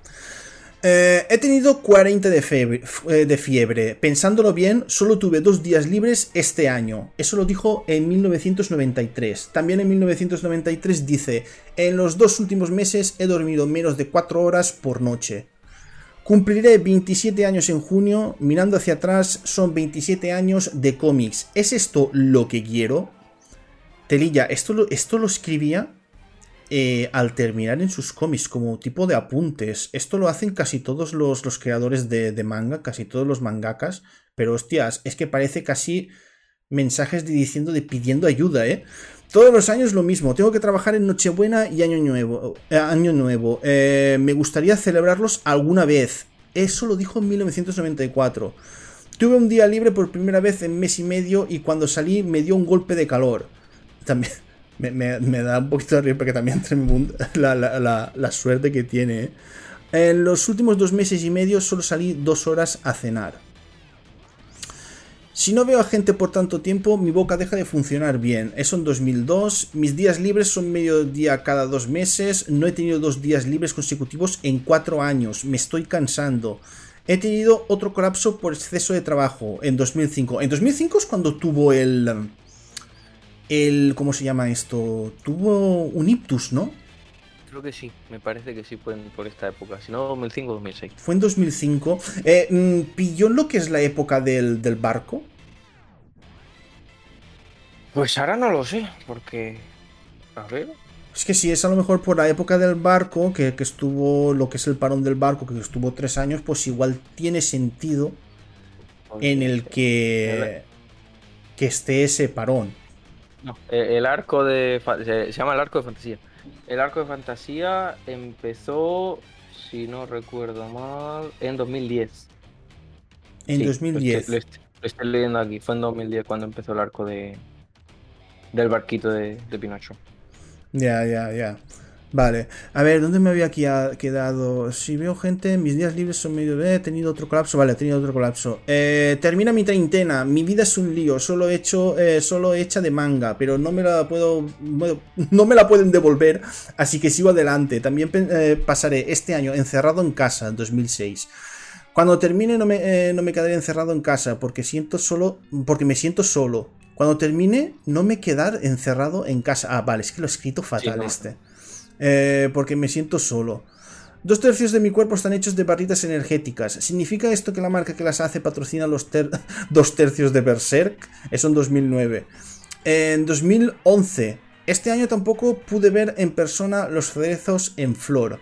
Eh, he tenido cuarenta de fiebre, eh, de fiebre. Pensándolo bien, solo tuve dos días libres este año. Eso lo dijo en mil novecientos noventa y tres. También en mil novecientos noventa y tres dice: en los dos últimos meses he dormido menos de cuatro horas por noche. Cumpliré veintisiete años en junio. Mirando hacia atrás, son veintisiete años de cómics. ¿Es esto lo que quiero? Telilla, esto lo, esto lo escribía Eh, al terminar en sus cómics como tipo de apuntes. Esto lo hacen casi todos los, los creadores de, de manga, casi todos los mangakas, pero hostias, es que parece casi mensajes de, diciendo de pidiendo ayuda, ¿eh? Todos los años lo mismo. Tengo que trabajar en Nochebuena y Año Nuevo. Eh, año Nuevo. Eh, me gustaría celebrarlos alguna vez. Eso lo dijo en mil novecientos noventa y cuatro. Tuve un día libre por primera vez en mes y medio y cuando salí me dio un golpe de calor. También me, me, me da un poquito de río porque también tremendo la, la, la, la suerte que tiene, ¿eh? En los últimos dos meses y medio solo salí dos horas a cenar. Si no veo a gente por tanto tiempo, mi boca deja de funcionar bien. Eso en dos mil dos. Mis días libres son medio día cada dos meses. No he tenido dos días libres consecutivos en cuatro años. Me estoy cansando. He tenido otro colapso por exceso de trabajo en dos mil cinco. En dos mil cinco es cuando tuvo el... el ¿cómo se llama esto? Tuvo un ictus, ¿no? Creo que sí, me parece que sí fue por esta época. Si no, dos mil cinco o dos mil seis. Fue en dos mil cinco. Eh, ¿Pilló lo que es la época del, del barco? Pues ahora no lo sé, porque... A ver... Es que si es a lo mejor por la época del barco, que, que estuvo lo que es el parón del barco, que estuvo tres años, pues igual tiene sentido en el que, que esté ese parón. No, el arco de... Se llama el arco de fantasía. El arco de fantasía empezó, si no recuerdo mal, en dos mil diez. En sí, dos mil diez. Lo estoy, lo estoy leyendo aquí. Fue en dos mil diez cuando empezó el arco de del barquito de, de Pinocho. Ya, ya, ya. Vale. A ver, ¿dónde me había aquí quedado? Si veo gente, mis días libres son medio... He tenido otro colapso. Vale, he tenido otro colapso. Eh, termina mi treintena. Mi vida es un lío. Solo he hecho, eh, solo hecha de manga. Pero no me la puedo... No me la pueden devolver. Así que sigo adelante. También eh, pasaré este año encerrado en casa, dos mil seis. Cuando termine no me, eh, no me quedaré encerrado en casa. Porque siento solo... Porque me siento solo. Cuando termine, no me quedar encerrado en casa. Ah, vale, es que lo he escrito fatal sí, no. este. Eh, porque me siento solo. Dos tercios de mi cuerpo están hechos de barritas energéticas. ¿Significa esto que la marca que las hace patrocina los ter dos tercios de Berserk? Eso en dos mil nueve. En dos mil once. Este año tampoco pude ver en persona los cerezos en flor.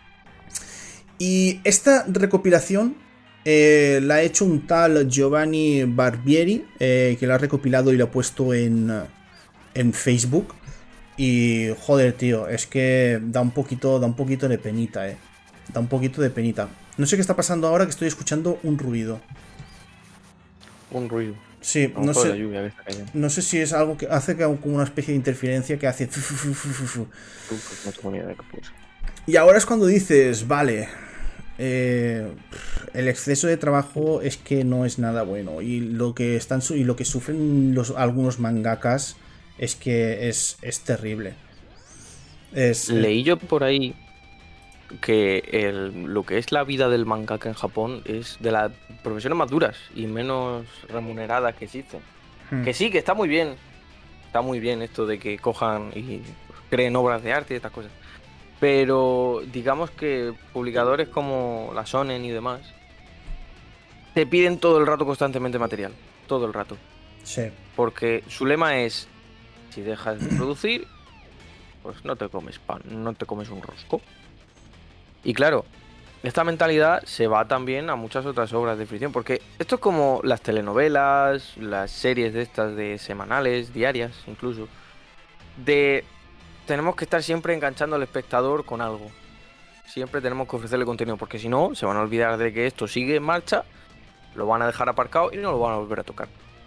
Y esta recopilación eh, la ha hecho un tal Giovanni Barbieri, eh, que la ha recopilado y la ha puesto en, en Facebook. Y joder, tío, es que da un poquito, da un poquito de penita, eh. Da un poquito de penita. No sé qué está pasando ahora, que estoy escuchando un ruido. Un ruido. Sí, un no sé. Lluvia que está cayendo. No sé si es algo que hace como una especie de interferencia que hace. Uf, no tengo ni idea de qué puso. Y ahora es cuando dices, vale. Eh, el exceso de trabajo es que no es nada bueno. Y lo que están y lo que sufren los algunos mangakas. Es que es, es terrible. Es, Leí yo por ahí que el, lo que es la vida del mangaka en Japón es de las profesiones más duras y menos remuneradas que existen. Hmm. Que sí, que está muy bien. Está muy bien esto de que cojan y creen obras de arte y estas cosas. Pero digamos que publicadores como la Shonen y demás te piden todo el rato constantemente material. Todo el rato. Sí. Porque su lema es: si dejas de producir, pues no te comes pan, no te comes un rosco. Y claro, esta mentalidad se va también a muchas otras obras de ficción, porque esto es como las telenovelas, las series de estas de semanales, diarias incluso, de tenemos que estar siempre enganchando al espectador con algo. Siempre tenemos que ofrecerle contenido, porque si no, se van a olvidar de que esto sigue en marcha, lo van a dejar aparcado y no lo van a volver a tocar.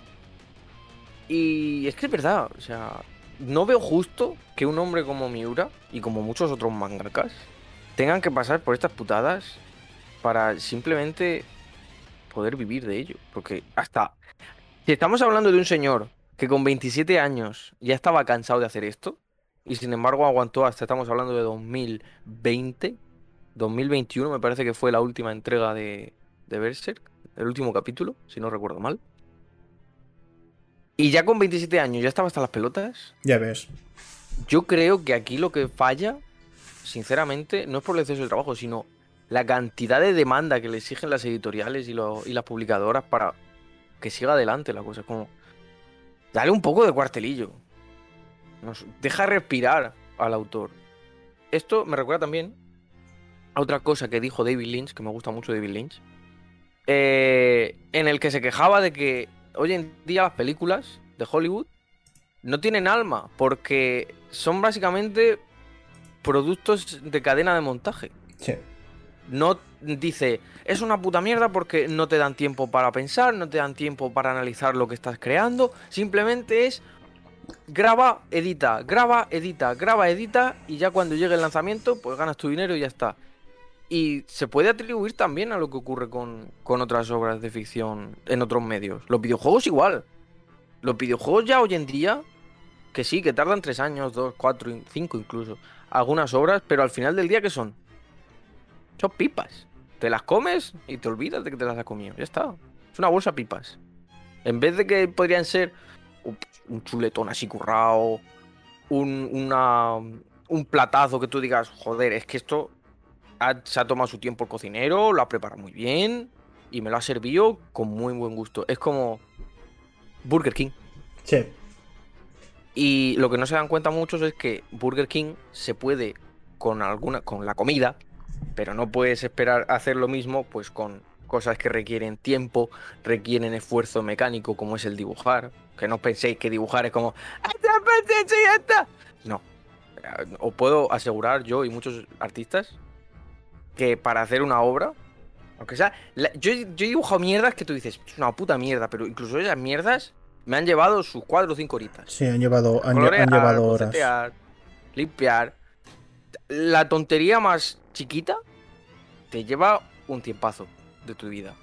Y es que es verdad, o sea, no veo justo que un hombre como Miura y como muchos otros mangakas tengan que pasar por estas putadas para simplemente poder vivir de ello. Porque hasta... Si estamos hablando de un señor que con veintisiete años ya estaba cansado de hacer esto y sin embargo aguantó hasta, estamos hablando de dos mil veinte, dos mil veintiuno me parece que fue la última entrega de, de Berserk, el último capítulo, si no recuerdo mal. Y ya con veintisiete años ya estaba hasta las pelotas. Ya ves. Yo creo que aquí lo que falla, sinceramente, no es por el exceso de trabajo, sino la cantidad de demanda que le exigen las editoriales y, lo, y las publicadoras para que siga adelante la cosa. Es como, dale un poco de cuartelillo. Nos deja respirar al autor. Esto me recuerda también a otra cosa que dijo David Lynch, que me gusta mucho David Lynch, eh, en el que se quejaba de que hoy en día las películas de Hollywood no tienen alma, porque son básicamente productos de cadena de montaje. Sí. No dice, es una puta mierda porque no te dan tiempo para pensar, no te dan tiempo para analizar lo que estás creando, simplemente es graba, edita, graba, edita, graba, edita, y ya cuando llegue el lanzamiento, pues ganas tu dinero y ya está. Y se puede atribuir también a lo que ocurre con, con otras obras de ficción en otros medios. Los videojuegos igual. Los videojuegos ya hoy en día, que sí, que tardan tres años, dos, cuatro, cinco incluso, algunas obras, pero al final del día, ¿qué son? Son pipas. Te las comes y te olvidas de que te las has comido. Ya está. Es una bolsa de pipas. En vez de que podrían ser un, un chuletón así currado, un, una, un platazo que tú digas, joder, es que esto ha, se ha tomado su tiempo el cocinero, lo ha preparado muy bien y me lo ha servido con muy buen gusto. Es como Burger King. Sí. Y lo que no se dan cuenta muchos es que Burger King se puede con alguna, con la comida, pero no puedes esperar hacer lo mismo pues con cosas que requieren tiempo, requieren esfuerzo mecánico, como es el dibujar. Que no penséis que dibujar es como no. Os puedo asegurar yo y muchos artistas que para hacer una obra, aunque sea, la, yo, yo he dibujado mierdas que tú dices, es una puta mierda, pero incluso esas mierdas me han llevado sus cuatro o cinco horitas. Sí, han llevado, han, Colorear, han llevado horas. bocetear, limpiar. La tontería más chiquita te lleva un tiempazo de tu vida.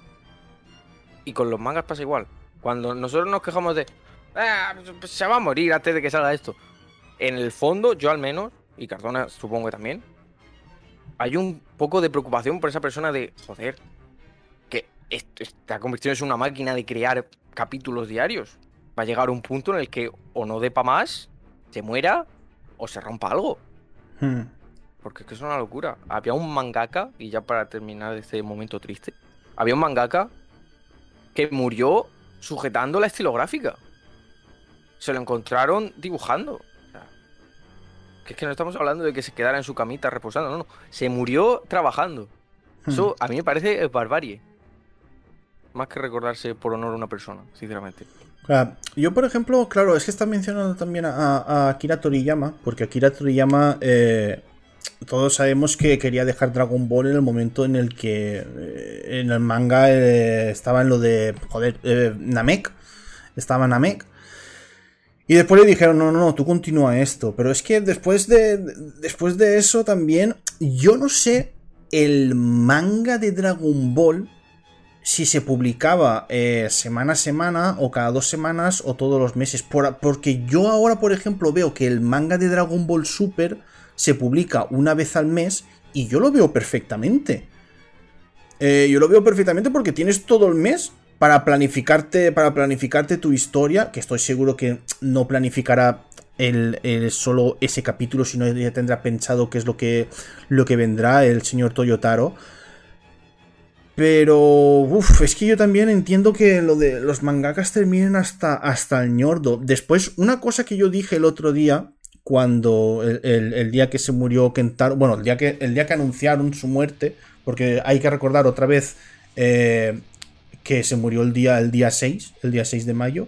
Y con los mangas pasa igual. Cuando nosotros nos quejamos de ah, pues se va a morir antes de que salga esto, en el fondo, yo al menos, y Cardona supongo que también, hay un poco de preocupación por esa persona de, joder, que esto está convirtiéndose en una máquina de crear capítulos diarios. Va a llegar un punto en el que o no dé pa' más, se muera o se rompa algo. Hmm. Porque es que es una locura. Había un mangaka, y ya para terminar este momento triste, había un mangaka que murió sujetando la estilográfica. Se lo encontraron dibujando. O sea, que es que no estamos hablando de que se quedara en su camita reposando, no, no. Se murió trabajando. Hmm. Eso a mí me parece barbarie. Más que recordarse por honor a una persona, sinceramente. Claro, yo, por ejemplo, claro, es que está mencionando también a, a Akira Toriyama, porque Akira Toriyama, eh, todos sabemos que quería dejar Dragon Ball en el momento en el que eh, en el manga eh, estaba en lo de, joder, eh, Namek, estaba Namek, y después le dijeron, no, no, no, tú continúa esto, pero es que después de, después de eso también, yo no sé, el manga de Dragon Ball, si se publicaba eh, semana a semana o cada dos semanas o todos los meses. Por, porque yo ahora, por ejemplo, veo que el manga de Dragon Ball Super se publica una vez al mes y yo lo veo perfectamente. Eh, yo lo veo perfectamente porque tienes todo el mes para planificarte, para planificarte tu historia, que estoy seguro que no planificará el, el solo ese capítulo, sino ya tendrá pensado qué es lo que, lo que vendrá el señor Toyotaro. Pero, uff, es que yo también entiendo que lo de los mangakas terminen hasta, hasta el ñordo. Después, una cosa que yo dije el otro día, cuando el, el, el día que se murió Kentaro, bueno, el día que, el día que anunciaron su muerte, porque hay que recordar otra vez eh, que se murió el día, el día seis, el día seis de mayo.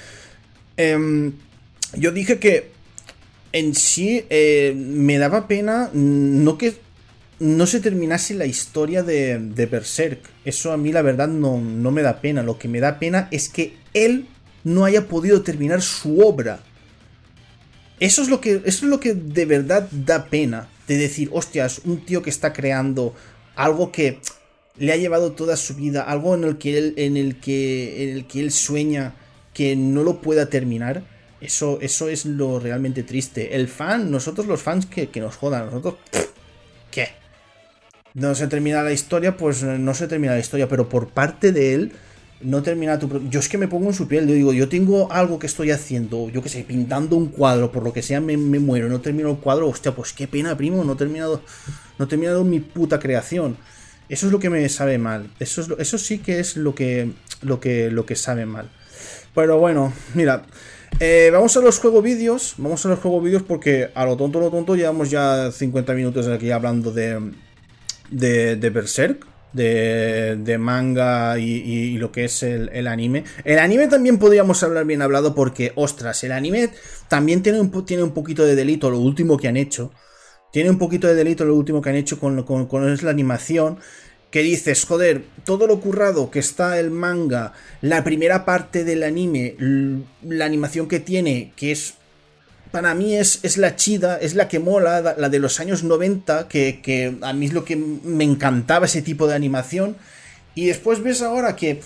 Eh, yo dije que en sí eh, me daba pena, no que no se terminase la historia de, de Berserk. Eso a mí la verdad no, no me da pena. Lo que me da pena es que él no haya podido terminar su obra. Eso es lo que, eso es lo que de verdad da pena. De decir, hostias, un tío que está creando algo que le ha llevado toda su vida, algo en el que él, en el que, en el que él sueña, que no lo pueda terminar. Eso, eso es lo realmente triste. El fan, nosotros los fans que, que nos jodan, nosotros, ¿qué? No se termina la historia, pues no se termina la historia, pero por parte de él no termina tu... Yo es que me pongo en su piel, yo digo, yo tengo algo que estoy haciendo, yo que sé, pintando un cuadro, por lo que sea me, me muero, no termino el cuadro, hostia, pues qué pena, primo, no he terminado, no he terminado mi puta creación. Eso es lo que me sabe mal, eso, es lo, eso sí que es lo que, lo que, lo que sabe mal. Pero bueno, mira... Eh, vamos a los juego vídeos, vamos a los juego vídeos porque a lo tonto, lo tonto, llevamos ya cincuenta minutos aquí hablando de... De, de Berserk. de, de manga y, y, y lo que es el, el anime. El anime también podríamos hablar bien hablado porque, ostras, el anime también tiene un, tiene un poquito de delito lo último que han hecho. Tiene un poquito de delito lo último que han hecho con, con, con es la animación. Que dices, joder, todo lo currado que está el manga, la primera parte del anime, la animación que tiene, que es, para mí es, es la chida, es la que mola, la de los años noventa, que, que a mí es lo que me encantaba ese tipo de animación. Y después ves ahora que,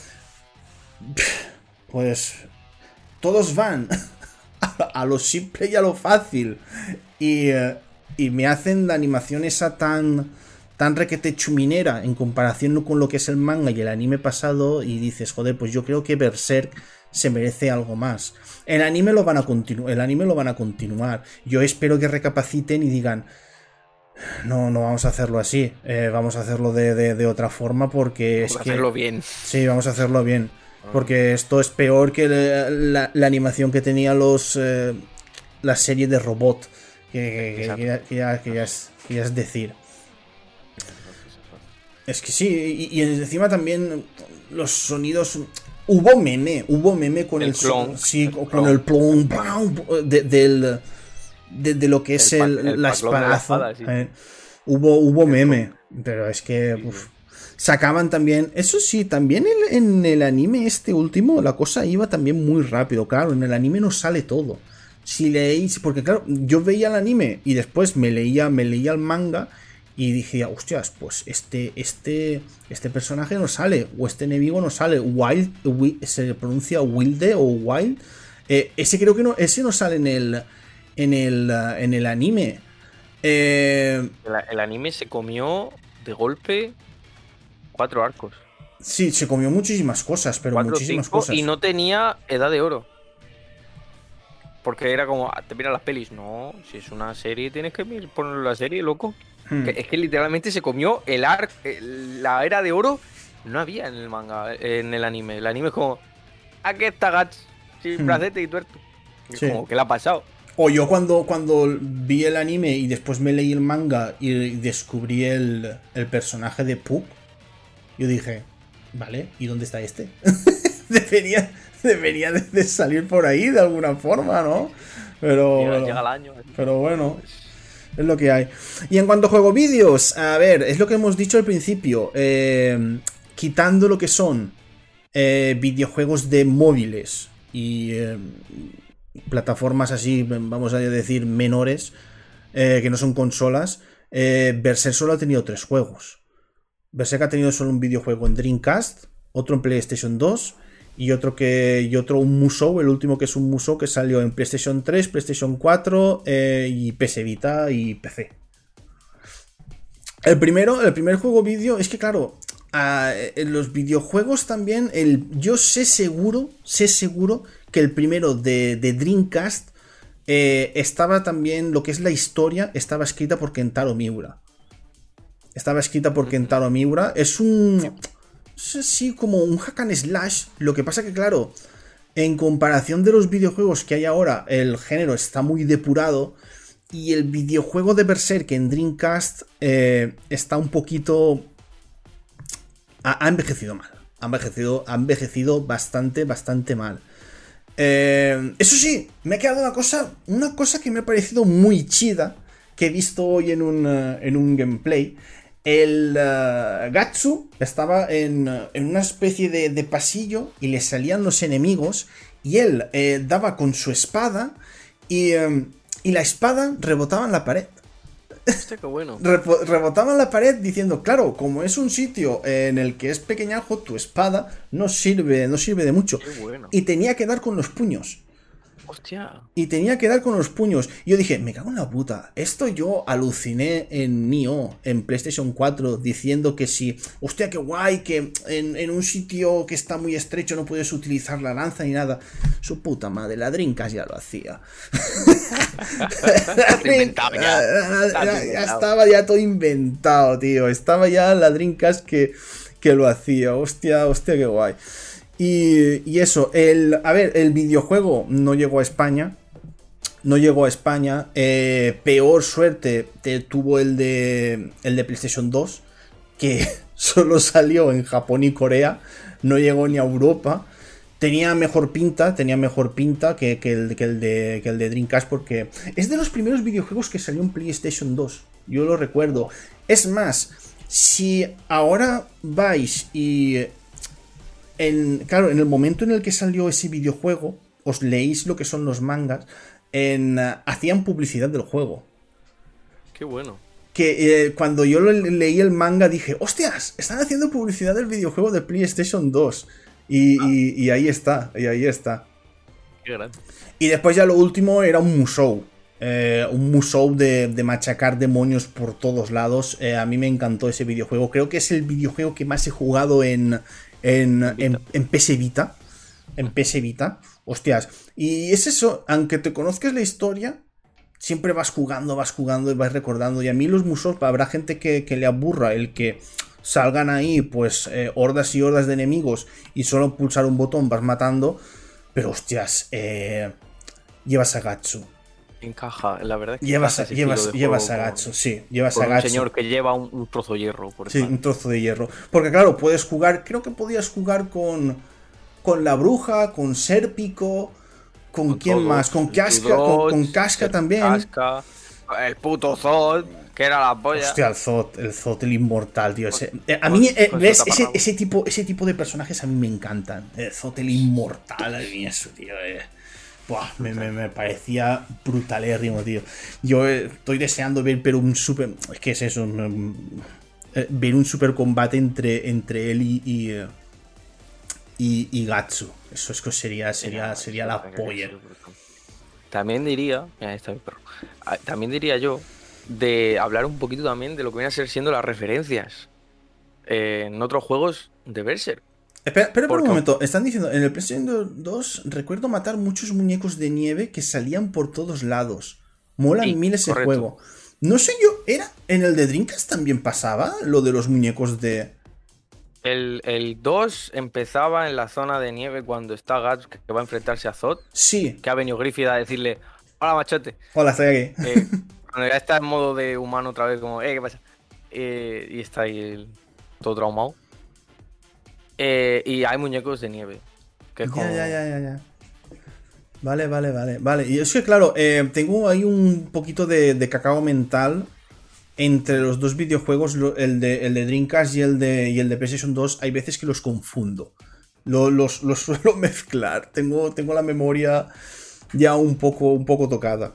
pues, todos van a lo simple y a lo fácil. Y, y me hacen la animación esa tan... tan requete chuminera en comparación con lo que es el manga y el anime pasado, y dices, joder, pues yo creo que Berserk se merece algo más. El anime lo van a continuar, el anime lo van a continuar. Yo espero que recapaciten y digan, no, no vamos a hacerlo así, eh, vamos a hacerlo de, de, de otra forma porque vamos es a que hacerlo bien. Sí, vamos a hacerlo bien, porque esto es peor que la, la, la animación que tenía los eh, la serie de Robot, que, que, que, ya, que, ya, que, ya es, que ya es decir. Es que sí, y, y encima también los sonidos. Hubo meme, hubo meme con el, el plonk, sí, el con plonk. el plonk de, del de, de lo que es el, el, el la espadazo. La espada, sí. eh, hubo hubo meme, pero es que sí, uf, sacaban también. Eso sí, también el, en el anime este último la cosa iba también muy rápido. Claro, en el anime no sale todo. Si leéis, porque claro, yo veía el anime y después me leía, me leía el manga. Y dije, hostias, pues este, este, este personaje no sale, o este enemigo no sale. Wild, wild se pronuncia Wilde o Wild. Eh, ese creo que no, ese no sale en el, en el, uh, en el anime. Eh, el, el anime se comió de golpe cuatro arcos. Sí, se comió muchísimas cosas, pero cuatro, muchísimas cinco, cosas. Y no tenía edad de oro. Porque era como, te miran las pelis. No, si es una serie tienes que ponerlo en la serie, loco. Hmm. Que es que literalmente se comió el arc, la era de oro. No había en el manga, en el anime. El anime es como, aquí está Gats, sin hmm. bracete y tuerto. Y sí. Como, ¿qué le ha pasado? O yo cuando, cuando vi el anime y después me leí el manga y descubrí el, el personaje de Puck, yo dije, vale, ¿y dónde está este? debería debería de salir por ahí de alguna forma, ¿no? Pero, llega, pero, llega el año. pero bueno, es lo que hay. Y en cuanto a juego vídeos, a ver, es lo que hemos dicho al principio, eh, quitando lo que son eh, videojuegos de móviles y eh, plataformas así, vamos a decir, menores, eh, que no son consolas, eh, Berserk solo ha tenido tres juegos. Berserk ha tenido solo un videojuego en Dreamcast, otro en PlayStation dos y otro que y otro un Musou, el último que es un Musou que salió en PlayStation tres, PlayStation cuatro eh, y P S Vita y P C. El primero, el primer juego vídeo, es que claro, uh, en los videojuegos también, el, yo sé seguro, sé seguro que el primero de, de Dreamcast eh, estaba también, lo que es la historia, estaba escrita por Kentaro Miura. Estaba escrita por Kentaro Miura. Es un... es así como un hack and slash. Lo que pasa que, claro, en comparación de los videojuegos que hay ahora, el género está muy depurado. Y el videojuego de Berserk en Dreamcast eh, está un poquito... Ha, ha envejecido mal. Ha envejecido, ha envejecido bastante, bastante mal. Eh, eso sí, me ha quedado una cosa, una cosa que me ha parecido muy chida, que he visto hoy en un, uh, en un gameplay. El uh, Gatsu estaba en, uh, en una especie de, de pasillo y le salían los enemigos y él eh, daba con su espada y, um, y la espada rebotaba en la pared. Hostia, qué bueno. Re- rebotaba en la pared diciendo, claro, como es un sitio en el que es pequeñajo, tu espada no sirve, no sirve de mucho. Qué bueno. Y tenía que dar con los puños. Hostia. Y tenía que dar con los puños. Y yo dije, me cago en la puta. Esto yo aluciné en Nioh, en PlayStation cuatro, diciendo que si, hostia, qué guay, que en, en un sitio que está muy estrecho no puedes utilizar la lanza ni nada. Su puta madre, la Dreamcast ya lo hacía. inventado ya. Ya, ya, ya estaba ya todo inventado, tío. Estaba ya la Dreamcast que, que lo hacía. Hostia, hostia, qué guay. Y, y eso, el, a ver, el videojuego no llegó a España. No llegó a España. Eh, peor suerte te tuvo el de el de PlayStation dos. Que Solo salió en Japón y Corea, no llegó ni a Europa. Tenía mejor pinta, tenía mejor pinta que, que, el, que, el de, que el de Dreamcast, porque es de los primeros videojuegos que salió en PlayStation dos. Yo lo recuerdo. Es más, si ahora vais y... En, claro, en el momento en el que salió ese videojuego, os leéis lo que son los mangas, en, uh, hacían publicidad del juego. Qué bueno. Que eh, cuando yo lo, leí el manga dije, hostias, están haciendo publicidad del videojuego de PlayStation dos. Y, ah. y, y ahí está, y ahí está. Qué grande. Y después ya lo último era un Musou. Eh, un Musou de, de machacar demonios por todos lados. Eh, a mí me encantó ese videojuego. Creo que es el videojuego que más he jugado en, en, en, en P S Vita. En P S Vita. Hostias. Y es eso, aunque te conozcas la historia, siempre vas jugando, vas jugando y vas recordando. Y a mí los Musou, habrá gente que, que le aburra el que salgan ahí pues eh, hordas y hordas de enemigos y solo pulsar un botón vas matando. Pero hostias, eh, llevas a Gatsu. Encaja, la verdad es que llevas a, llevas, llevas a Gatsu, con, sí, llevas a Gatsu. Un señor que lleva un, un trozo de hierro, por Sí, un trozo de hierro. Porque claro, puedes jugar, creo que podías jugar con con la bruja, con Sérpico, con, con quién todos, más, con Casca, con, con Casca también. Casca, el puto Zod, que era la polla. Hostia, el Zod, el Zod, el inmortal, tío. Ese, eh, a mí, eh, ves, ese, ese, tipo, ese tipo de personajes a mí me encantan. El Zod, el inmortal, a mí eso, tío. Eh. Buah, me, me, me parecía brutalérrimo, tío. Yo eh, estoy deseando ver pero un super... Es que es eso, un, eh, ver un super combate entre, entre él y... y eh, Y, y Gatsu, eso es que sería, sería, sería la polla. También diría, mira, ahí está mi perro. También diría yo de hablar un poquito también de lo que vienen a ser siendo las referencias eh, en otros juegos de Berserk. Espera, espera por un momento, están diciendo, en el PlayStation dos recuerdo matar muchos muñecos de nieve que salían por todos lados. Molan sí, mil ese correcto. Juego. No sé yo, ¿era en el de Dreamcast también pasaba lo de los muñecos de...? El, el dos empezaba en la zona de nieve cuando está Guts, que va a enfrentarse a Zod. Sí. Que ha venido Griffith a decirle, hola machote. Hola, estoy aquí. Eh, cuando ya está en modo de humano otra vez, como, eh, ¿qué pasa? Eh, y está ahí el, todo traumado. Eh, y hay muñecos de nieve. Que es como... Ya, ya, ya, ya, ya. Vale, vale, vale. Vale, y es que claro, eh, tengo ahí un poquito de, de cacao mental entre los dos videojuegos, el de, el de Dreamcast y el de, y el de PlayStation dos. Hay veces que los confundo. Los, los, los suelo mezclar. Tengo, tengo la memoria ya un poco, un poco tocada.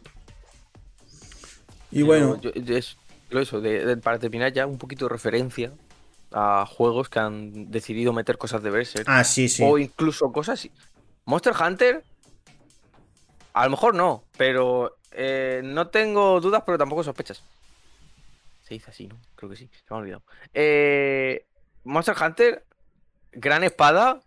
Y Pero bueno... Yo, yo, es, eso, de, de, para terminar ya, un poquito de referencia a juegos que han decidido meter cosas de Berserk. Ah, sí, sí. O incluso cosas... Monster Hunter... A lo mejor no, pero eh, no tengo dudas, pero tampoco sospechas. Se dice así, ¿no? Creo que sí, se me ha olvidado. Eh, Monster Hunter, gran espada.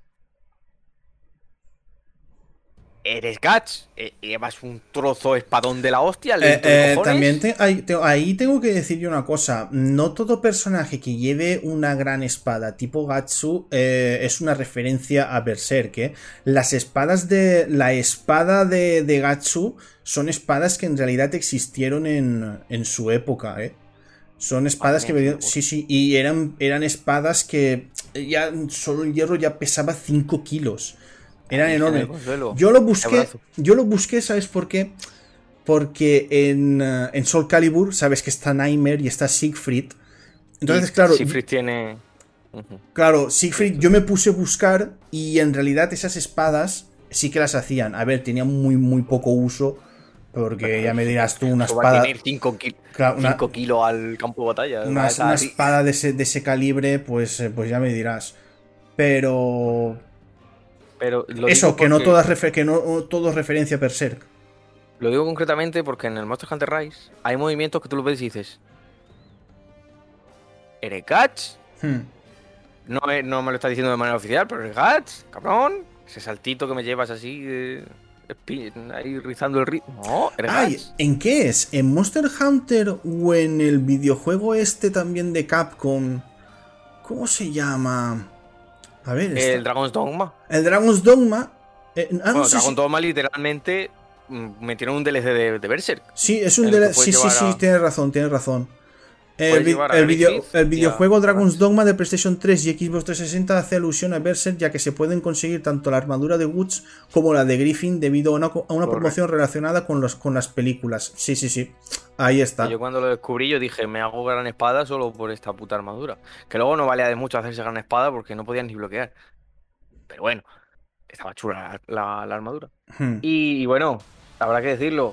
Eres Guts, eh, llevas un trozo espadón de la hostia. Eh, eh, también te, ahí, te, ahí tengo que decir yo una cosa. No todo personaje que lleve una gran espada tipo Gatsu eh, es una referencia a Berserk. ¿eh? Las espadas de. La espada de, de Gatsu son espadas que en realidad existieron en, en su época. ¿eh? Son espadas ah, que venían. Sí, sí. Y eran, eran espadas que ya solo el hierro ya pesaba cinco kilos. Eran enormes. Yo lo busqué. Yo lo busqué, ¿sabes por qué? Porque en, uh, en Soul Calibur, sabes que está Nightmare y está Siegfried. Entonces, y claro. Siegfried tiene. Uh-huh. Claro, Siegfried, yo me puse a buscar y en realidad esas espadas sí que las hacían. A ver, tenían muy, muy poco uso. Porque bueno, ya me dirás tú, una espada. cinco claro, kilos al campo de batalla. Una, una espada de ese, de ese calibre, pues, pues ya me dirás. Pero. Pero lo Eso, que no, todas refer- que no todo es referencia a Berserk. Lo digo concretamente porque en el Monster Hunter Rise hay movimientos que tú lo ves y dices: ¿eres Guts? Hmm. No, no me lo estás diciendo de manera oficial, pero eres Guts, cabrón. Ese saltito que me llevas así, eh, ahí rizando el ritmo. No, eres Ay, Guts. ¿en qué es? ¿En Monster Hunter o en el videojuego este también de Capcom? ¿Cómo se llama? A ver, está... El Dragon's Dogma. El Dragon's Dogma. Eh, ah, bueno, no sé Dragon's si... Dogma literalmente metieron un D L C de, de Berserk. Sí, es un D L C. Sí, sí, sí, a... tienes razón, tienes razón. El, vi- llevar a el video- Griffith el y a- videojuego Dragon's Dogma de PlayStation tres y Xbox trescientos sesenta hace alusión a Berserk, ya que se pueden conseguir tanto la armadura de Woods como la de Griffin debido a una, co- a una Correcto. promoción relacionada con, los, con las películas. Sí, sí, sí. Ahí está. Y yo cuando lo descubrí yo dije, me hago gran espada solo por esta puta armadura. Que luego no valía de mucho hacerse gran espada porque no podían ni bloquear. Pero bueno, estaba chula la, la- la armadura. Hmm. Y, y bueno, habrá que decirlo.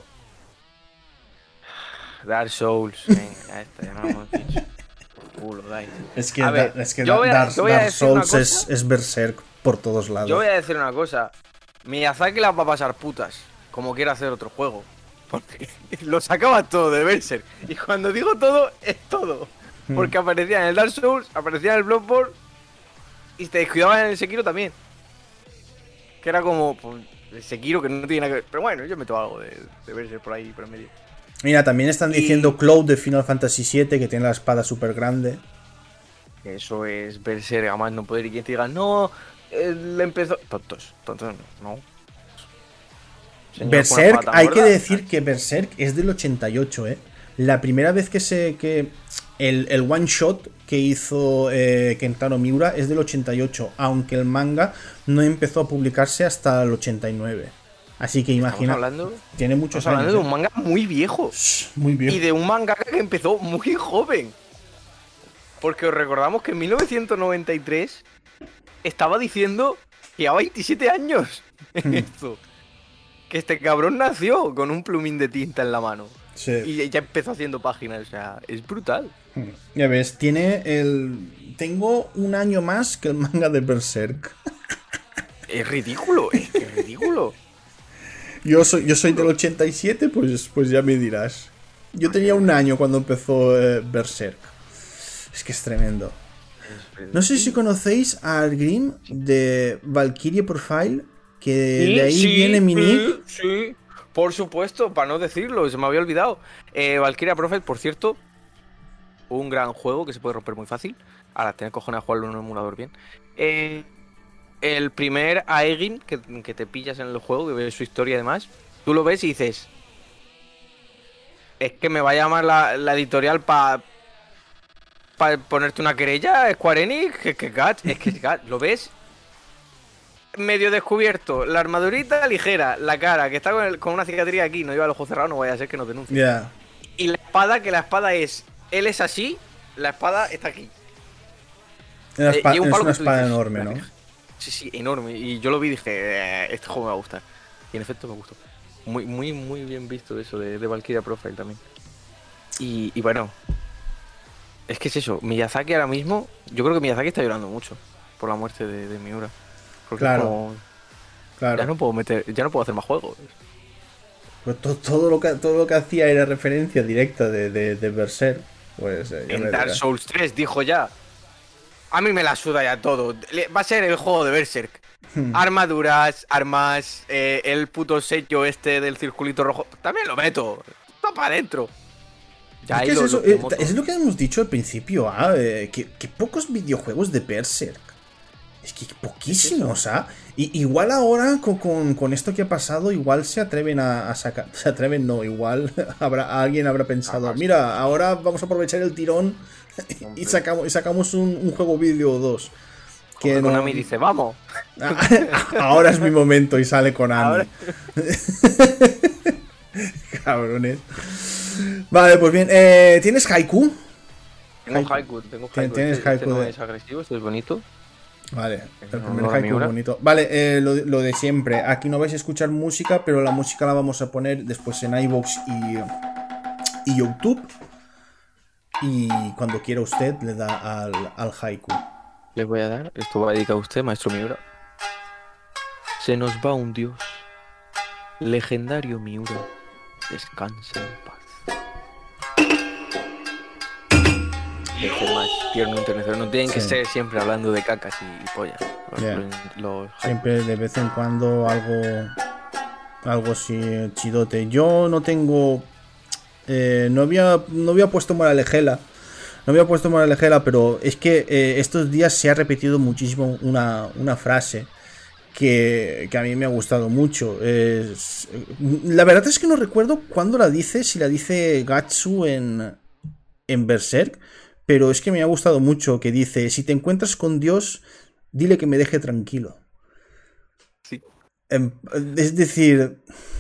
Dark Souls, venga, ya está, ya no lo hemos dicho. Culo, dais. Es que, A ver, da- es que yo da- voy a- Dark, yo voy a Dark decir una Souls es, cosa. es Berserk por todos lados. Yo voy a decir una cosa. Miyazaki las va a pasar putas, como quiera hacer otro juego. Porque lo sacaba todo de Berserk. Y cuando digo todo, es todo. Porque aparecía en el Dark Souls, aparecía en el Bloodborne y te descuidaban en el Sekiro también. Que era como pues, el Sekiro que no tiene nada que ver. Pero bueno, yo meto algo de, de Berserk por ahí, por en medio. Mira, también están Y- diciendo Cloud de Final Fantasy siete, que tiene la espada súper grande. Eso es Berserk, además no poder y quien te diga, no, él empezó. Tontos, tontos no. no. Señor con Berserk, la pata hay que gorda. decir que Berserk es del ochenta y ocho, ¿eh? La primera vez que se. que el, el one shot que hizo eh, Kentaro Miura es del ochenta y ocho, aunque el manga no empezó a publicarse hasta el ochenta y nueve. Así que Estamos imagina. hablando, Tiene muchos estamos hablando años. de un manga muy viejo. ¿eh? Muy bien. Y de un mangaka que empezó muy joven. Porque os recordamos que en mil novecientos noventa y tres estaba diciendo que llevaba veintisiete años en esto. Que este cabrón nació con un plumín de tinta en la mano. Sí. Y ya empezó haciendo páginas. O sea, es brutal. Ya ves, tiene el. Tengo un año más que el manga de Berserk. Es ridículo, es que es ridículo. Yo soy, yo soy del ochenta y siete, pues, pues ya me dirás. Yo tenía un año cuando empezó eh, Berserk. Es que es tremendo. No sé si conocéis a Argrim de Valkyrie Profile, que de ahí Sí, viene mi nick. sí, sí, por supuesto, para no decirlo, se me había olvidado. Eh, Valkyria Profile, por cierto, un gran juego que se puede romper muy fácil. Ahora, tener cojones a jugarlo en un emulador bien. Eh, el primer Aegin que, que te pillas en el juego, que ves su historia y demás, tú lo ves y dices: es que me va a llamar la, la editorial para pa ponerte una querella, Square Enix, que, que gach, es que gach, lo ves medio descubierto, la armadurita ligera, la cara, que está con, el- con una cicatriz aquí, no lleva el ojo cerrado, no vaya a ser que nos denuncie. Ya. Y la espada, que la espada es, él es así, la espada está aquí. Una Eh, espa- y un es palo una que tú espada dices, enorme, ¿no? Sí, sí, enorme. Y yo lo vi y dije, "Eh, este juego me va a gustar". Y en efecto me gustó. Muy, muy, muy bien visto eso de, de Valkyria Profile también. Y, y bueno, es que es eso, Miyazaki ahora mismo, yo creo que Miyazaki está llorando mucho por la muerte de, de Miura. Porque Claro. como, Claro. ya no puedo meter, ya no puedo hacer más juegos. Pues to- todo, lo que, todo lo que hacía era referencia directa de, de, de Berserk. Pues, eh, ya En me Dark dirás. Souls tres dijo ya. A mí me la suda ya todo. Le- Va a ser el juego de Berserk. Hmm. Armaduras, armas, eh, el puto sello este del circulito rojo. También lo meto. Todo para adentro. Ya Es, ahí que es, lo- eso, lo eh, como todo. es lo que hemos dicho al principio, ah, eh, que, que pocos videojuegos de Berserk. Es que poquísimos, ¿ah? Y, igual ahora con, con, con esto que ha pasado, igual se atreven a, a sacar. Se atreven, no, igual habrá alguien habrá pensado, Ah, sí. mira, ahora vamos a aprovechar el tirón y Hombre. sacamos, y sacamos un, un juego vídeo o dos. Que Porque no- Konami dice, vamos. ahora es mi momento y sale con Ahora- Cabrones. Vale, pues bien. Eh, ¿Tienes haiku? Tengo Haiku. haiku, tengo Tien- haiku. tienes Este- este haiku no de- es agresivo, este es bonito. Vale, el En primer honor a haiku Miura. bonito. Vale, eh, lo, lo de siempre. Aquí no vais a escuchar música, pero la música la vamos a poner después en iVoox y, y YouTube. Y cuando quiera usted le da al, al haiku. Les voy a dar, esto va dedicado a usted, maestro Miura. Se nos va un dios. Legendario Miura. Descansa en paz. Es el más tierno internacional. No tienen que Sí. ser siempre hablando de cacas y, y pollas. Los, Yeah. los- los- Siempre de vez en cuando algo algo así chidote. Yo no tengo eh, no había no había puesto moralejela. No había puesto moralejela, pero es que eh, estos días se ha repetido muchísimo una, una frase que, que a mí me ha gustado mucho. Es- la verdad es que no recuerdo cuándo la dice, si la dice Gatsu en en Berserk, pero es que me ha gustado mucho que dice, si te encuentras con Dios, dile que me deje tranquilo. Sí. Es decir,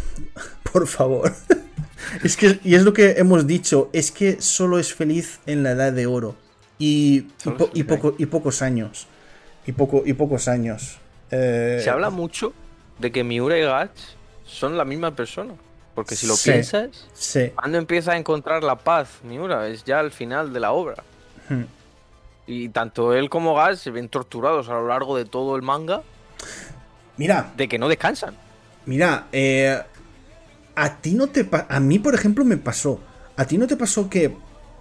por favor. Es que, y es lo que hemos dicho, es que solo es feliz en la edad de oro. Y, y, po, y, poco, y pocos años. Y, poco, y pocos años. Eh... Se habla mucho de que Miura y Guts son la misma persona. Porque si lo sí, piensas, sí. cuando empieza a encontrar la paz, Miura, es ya al final de la obra. Hmm. Y tanto él como Guts se ven torturados a lo largo de todo el manga. Mira. De que no descansan. Mira, eh, a ti no te pa- a mí, por ejemplo, me pasó. A ti no te pasó que,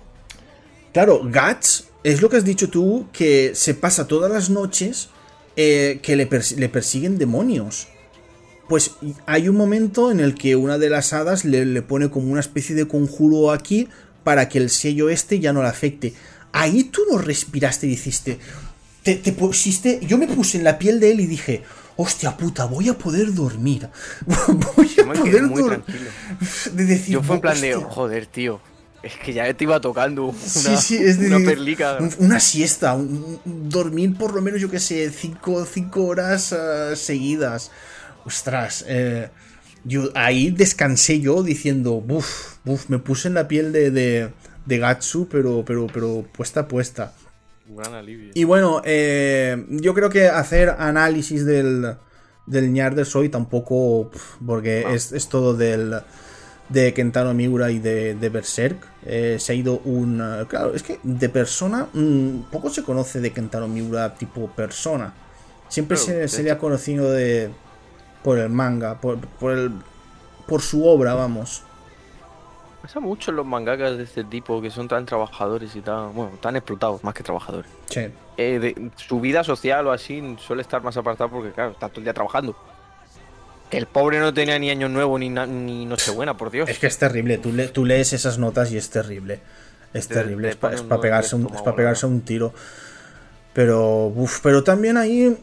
claro, Guts es lo que has dicho tú, que se pasa todas las noches eh, que le, pers- le persiguen demonios. Pues hay un momento en el que una de las hadas le, le pone como una especie de conjuro aquí para que el sello este ya no le afecte. Ahí tú no respiraste y dijiste, te, te pusiste, yo me puse en la piel de él y dije, hostia puta, voy a poder dormir. Voy a me poder muy dormir. Tranquilo. De decir, yo fue en plan hostia. de, joder, tío, es que ya te iba tocando una, sí, sí, es una decir, perlica. Una siesta, un, un, dormir por lo menos, yo que sé, cinco, cinco horas uh, seguidas. Ostras, eh, yo ahí descansé yo diciendo, buf, buf, me puse en la piel de, de, de Gatsu, pero, pero, pero puesta, puesta. Un gran alivio. Y bueno, eh, yo creo que hacer análisis del, del ñar de Soy tampoco, porque ah. es, es todo del de Kentaro Miura y de, de Berserk. Eh, se ha ido un... Uh, claro, es que de persona, mmm, poco se conoce de Kentaro Miura tipo persona. Siempre claro, se, se le ha conocido de... por el manga, por, por el por su obra, vamos. Pasa mucho en los mangakas de este tipo, que son tan trabajadores y tan, bueno, tan explotados, más que trabajadores. Sí. Eh, de, su vida social o así suele estar más apartada porque, claro, está todo el día trabajando. Que el pobre no tenía ni año nuevo ni, na, ni Nochebuena, por Dios. Es que es terrible, tú, le, tú lees esas notas y es terrible. Es de, terrible, de es para pa pegarse, un, pa pegarse un tiro. Pero, uff, pero también ahí...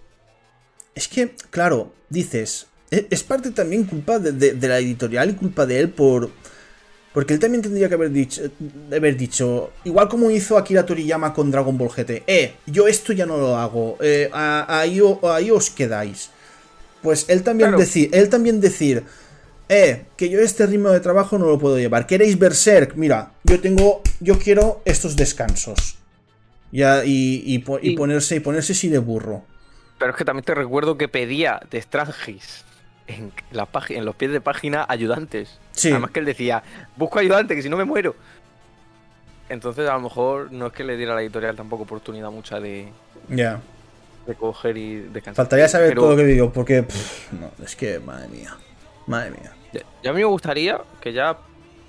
Es que, claro, dices, es parte también culpa de, de, de la editorial y culpa de él por... Porque él también tendría que haber dicho, haber dicho, igual como hizo Akira Toriyama con Dragon Ball G T, eh, yo esto ya no lo hago, eh, ahí, ahí os quedáis. Pues él también, claro. decir, él también decir, eh, que yo este ritmo de trabajo no lo puedo llevar. ¿Queréis Berserk? Mira, yo tengo, yo quiero estos descansos. Ya, y, y, y, y ponerse, y ponerse así de burro. Pero es que también te recuerdo que pedía de Strangis en, la en los pies de página ayudantes. Sí. Además que él decía, busco ayudante, que si no me muero. Entonces a lo mejor no es que le diera a la editorial tampoco oportunidad mucha de, yeah. de coger y descansar. Faltaría saber Pero, todo lo que digo, porque pff, no, es que madre mía, madre mía. Ya, ya a mí me gustaría que ya,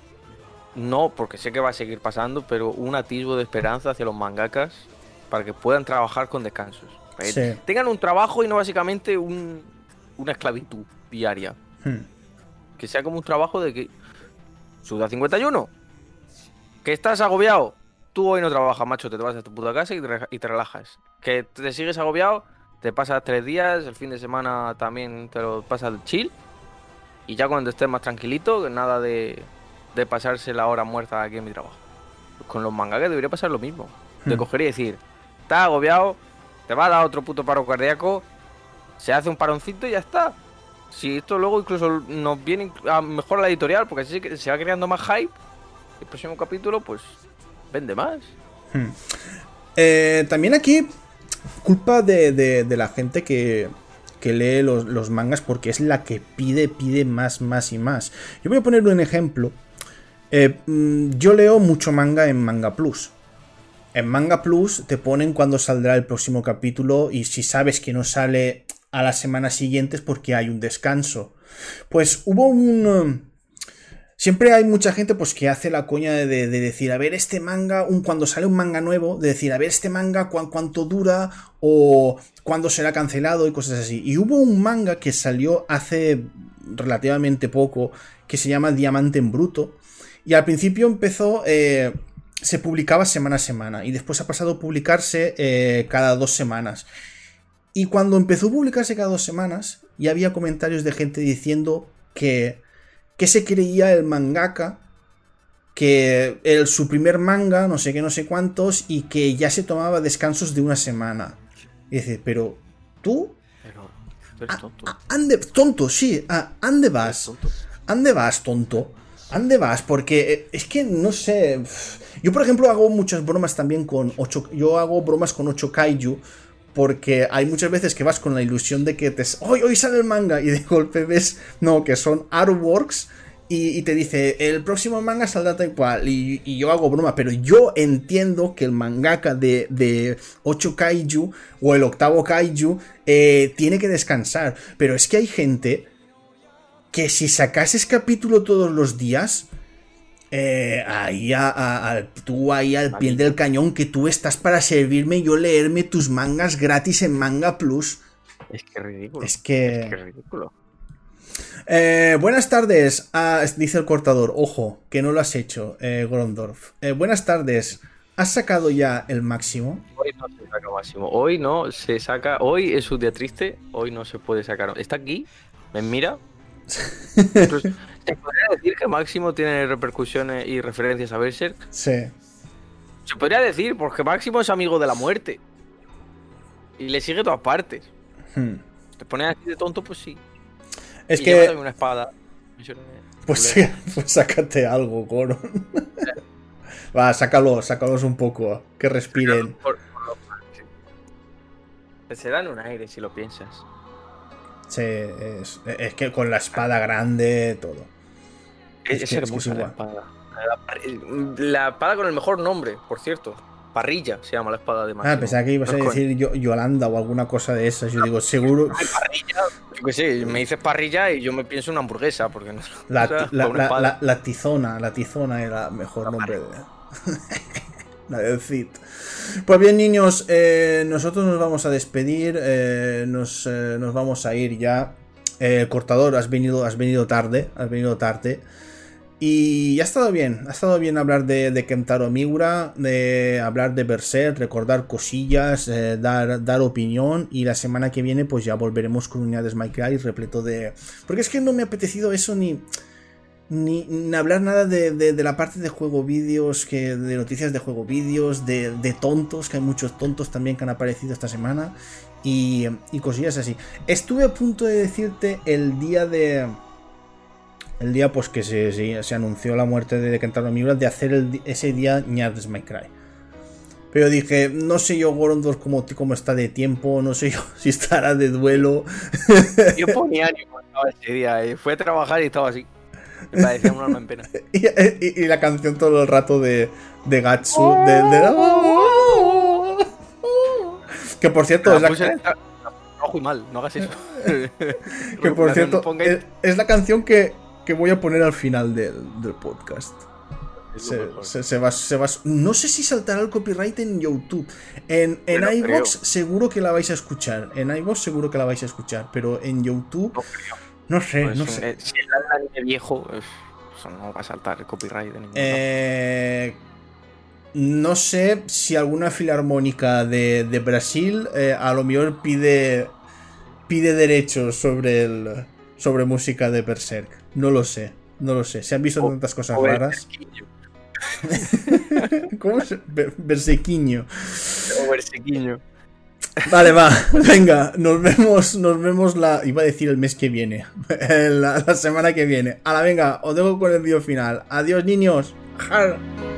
no porque sé que va a seguir pasando, pero un atisbo de esperanza hacia los mangakas para que puedan trabajar con descansos. Sí. Tengan un trabajo y no básicamente un, una esclavitud diaria. Hmm. Que sea como un trabajo de que Suda cincuenta y uno, que estás agobiado, tú hoy no trabajas, macho, te vas a tu puta casa y te, y te relajas. Que te sigues agobiado, te pasas tres días, el fin de semana también te lo pasas chill, y ya cuando estés más tranquilito, nada de, de pasarse la hora muerta aquí en mi trabajo. Pues con los mangakas debería pasar lo mismo, de hmm. coger y decir, estás agobiado, te va a dar otro puto paro cardíaco, se hace un paroncito y ya está. Si esto luego incluso nos viene a mejorar la editorial, porque así se va creando más hype, el próximo capítulo pues vende más. Hmm. Eh, también aquí, culpa de, de, de la gente que, que lee los, los mangas, porque es la que pide, pide más, más y más. Yo voy a poner un ejemplo. Eh, yo leo mucho manga en Manga Plus. En Manga Plus te ponen cuándo saldrá el próximo capítulo, y si sabes que no sale a las semanas siguientes porque hay un descanso. Pues hubo un... Siempre hay mucha gente pues que hace la coña de, de decir, a ver, este manga, un, cuando sale un manga nuevo, de decir, a ver, este manga, cu cuánto dura o cuándo será cancelado y cosas así. Y hubo un manga que salió hace relativamente poco que se llama Diamante en Bruto, y al principio empezó... Eh, se publicaba semana a semana y después ha pasado a publicarse eh, cada dos semanas. Y cuando empezó a publicarse cada dos semanas, ya había comentarios de gente diciendo que, que se creía el mangaka que el, su primer manga, no sé qué, no sé cuántos, y que ya se tomaba descansos de una semana. Y dice, pero tú... Pero tú eres tonto. A, a, ande, tonto, sí, a, ¿ande vas? Tonto. ¿Ande vas, tonto? ¿Ande vas? Porque es que no sé... Yo, por ejemplo, hago muchas bromas también con ocho... Yo hago bromas con ocho kaiju, porque hay muchas veces que vas con la ilusión de que te... ¡Hoy, hoy sale el manga! Y de golpe ves... No, que son artworks... Y, y te dice, el próximo manga saldrá tal cual. Y, y yo hago broma, pero yo entiendo que el mangaka de, de ocho kaiju o el octavo kaiju eh, tiene que descansar. Pero es que hay gente que si sacases capítulo todos los días, eh, ahí a, a, a, tú ahí al pie del cañón, que tú estás para servirme, yo leerme tus mangas gratis en Manga Plus. Es que es ridículo. Es que... Es que es ridículo. Eh, buenas tardes, ah, dice el cortador. Ojo, que no lo has hecho, eh, Gorondorf. Eh, buenas tardes. ¿Has sacado ya el máximo? Hoy no se saca máximo. Hoy no se saca. Hoy es un día triste. Hoy no se puede sacar. Está aquí, me mira. Pues, ¿se podría decir que Máximo tiene repercusiones y referencias a Berserk? Sí. Se podría decir, porque Máximo es amigo de la muerte. Y le sigue a todas partes. Hmm. Te pones así de tonto, pues sí. Es y que... lleva también una espada. Pues, sí, pues sácate algo, Goron. Va, sácalo, sácalos un poco, que respiren. Por, por lo... sí. Se dan un aire si lo piensas. Sí, es, es que con la espada grande, todo. Es, es, que, es, que es igual. La espada. La, la espada con el mejor nombre, por cierto. Parrilla se llama la espada de Máximo. Ah, pensaba que ibas a decir yo, Yolanda o alguna cosa de esas. Yo digo, seguro. Parrilla, yo qué sé, me dices parrilla y yo me pienso en una hamburguesa. Porque no, la, o sea, la, la, la, la tizona, la tizona era el mejor la nombre de. La del Cid. Pues bien, niños, eh, nosotros nos vamos a despedir. Eh, nos, eh, nos vamos a ir ya. Eh, cortador, has venido, has venido tarde. Has venido tarde. Y ha estado bien, ha estado bien hablar de, de Kentaro Miura, de hablar de Berserk, recordar cosillas, eh, dar, dar opinión, y la semana que viene pues ya volveremos con Unidades My Cry repleto de... Porque es que no me ha apetecido eso ni, ni, ni hablar nada de, de, de la parte de juego vídeos, que de noticias de juego vídeos, de, de tontos, que hay muchos tontos también que han aparecido esta semana, y, y cosillas así. Estuve a punto de decirte el día de... El día pues que se, se, se anunció la muerte de Kentaro Miura, de hacer el, ese día Unidades My Cry. Pero dije, no sé yo Gorondorf cómo, cómo está de tiempo, no sé yo si estará de duelo. Yo ponía ánimo ese día, eh. Fui a trabajar y estaba así. Me parecía un alma en pena. y, y, y la canción todo el rato de, de Gatsu. De, de... Que por cierto... Es la... La... Rojo y mal, no hagas eso. Que por cierto, es, es la canción que... que voy a poner al final del, del podcast. Se, se, se, va, se va. No sé si saltará el copyright en YouTube. En, en bueno, iVoox creo. seguro que la vais a escuchar. En iVoox seguro que la vais a escuchar. Pero en YouTube no, no sé, pues no sé. Un, si el anime viejo, eso no va a saltar el copyright de ningún eh, No sé si alguna filarmónica de, de Brasil eh, a lo mejor pide pide derechos sobre el sobre música de Berserk. No lo sé, no lo sé. Se han visto o, tantas cosas o raras. ¿Cómo se? Bersequiño. O Bersequiño. Vale, va, venga, nos vemos, nos vemos la. Iba a decir el mes que viene. La, la semana que viene. Ahora, venga, os dejo con el vídeo final. Adiós, niños. ¡Jar!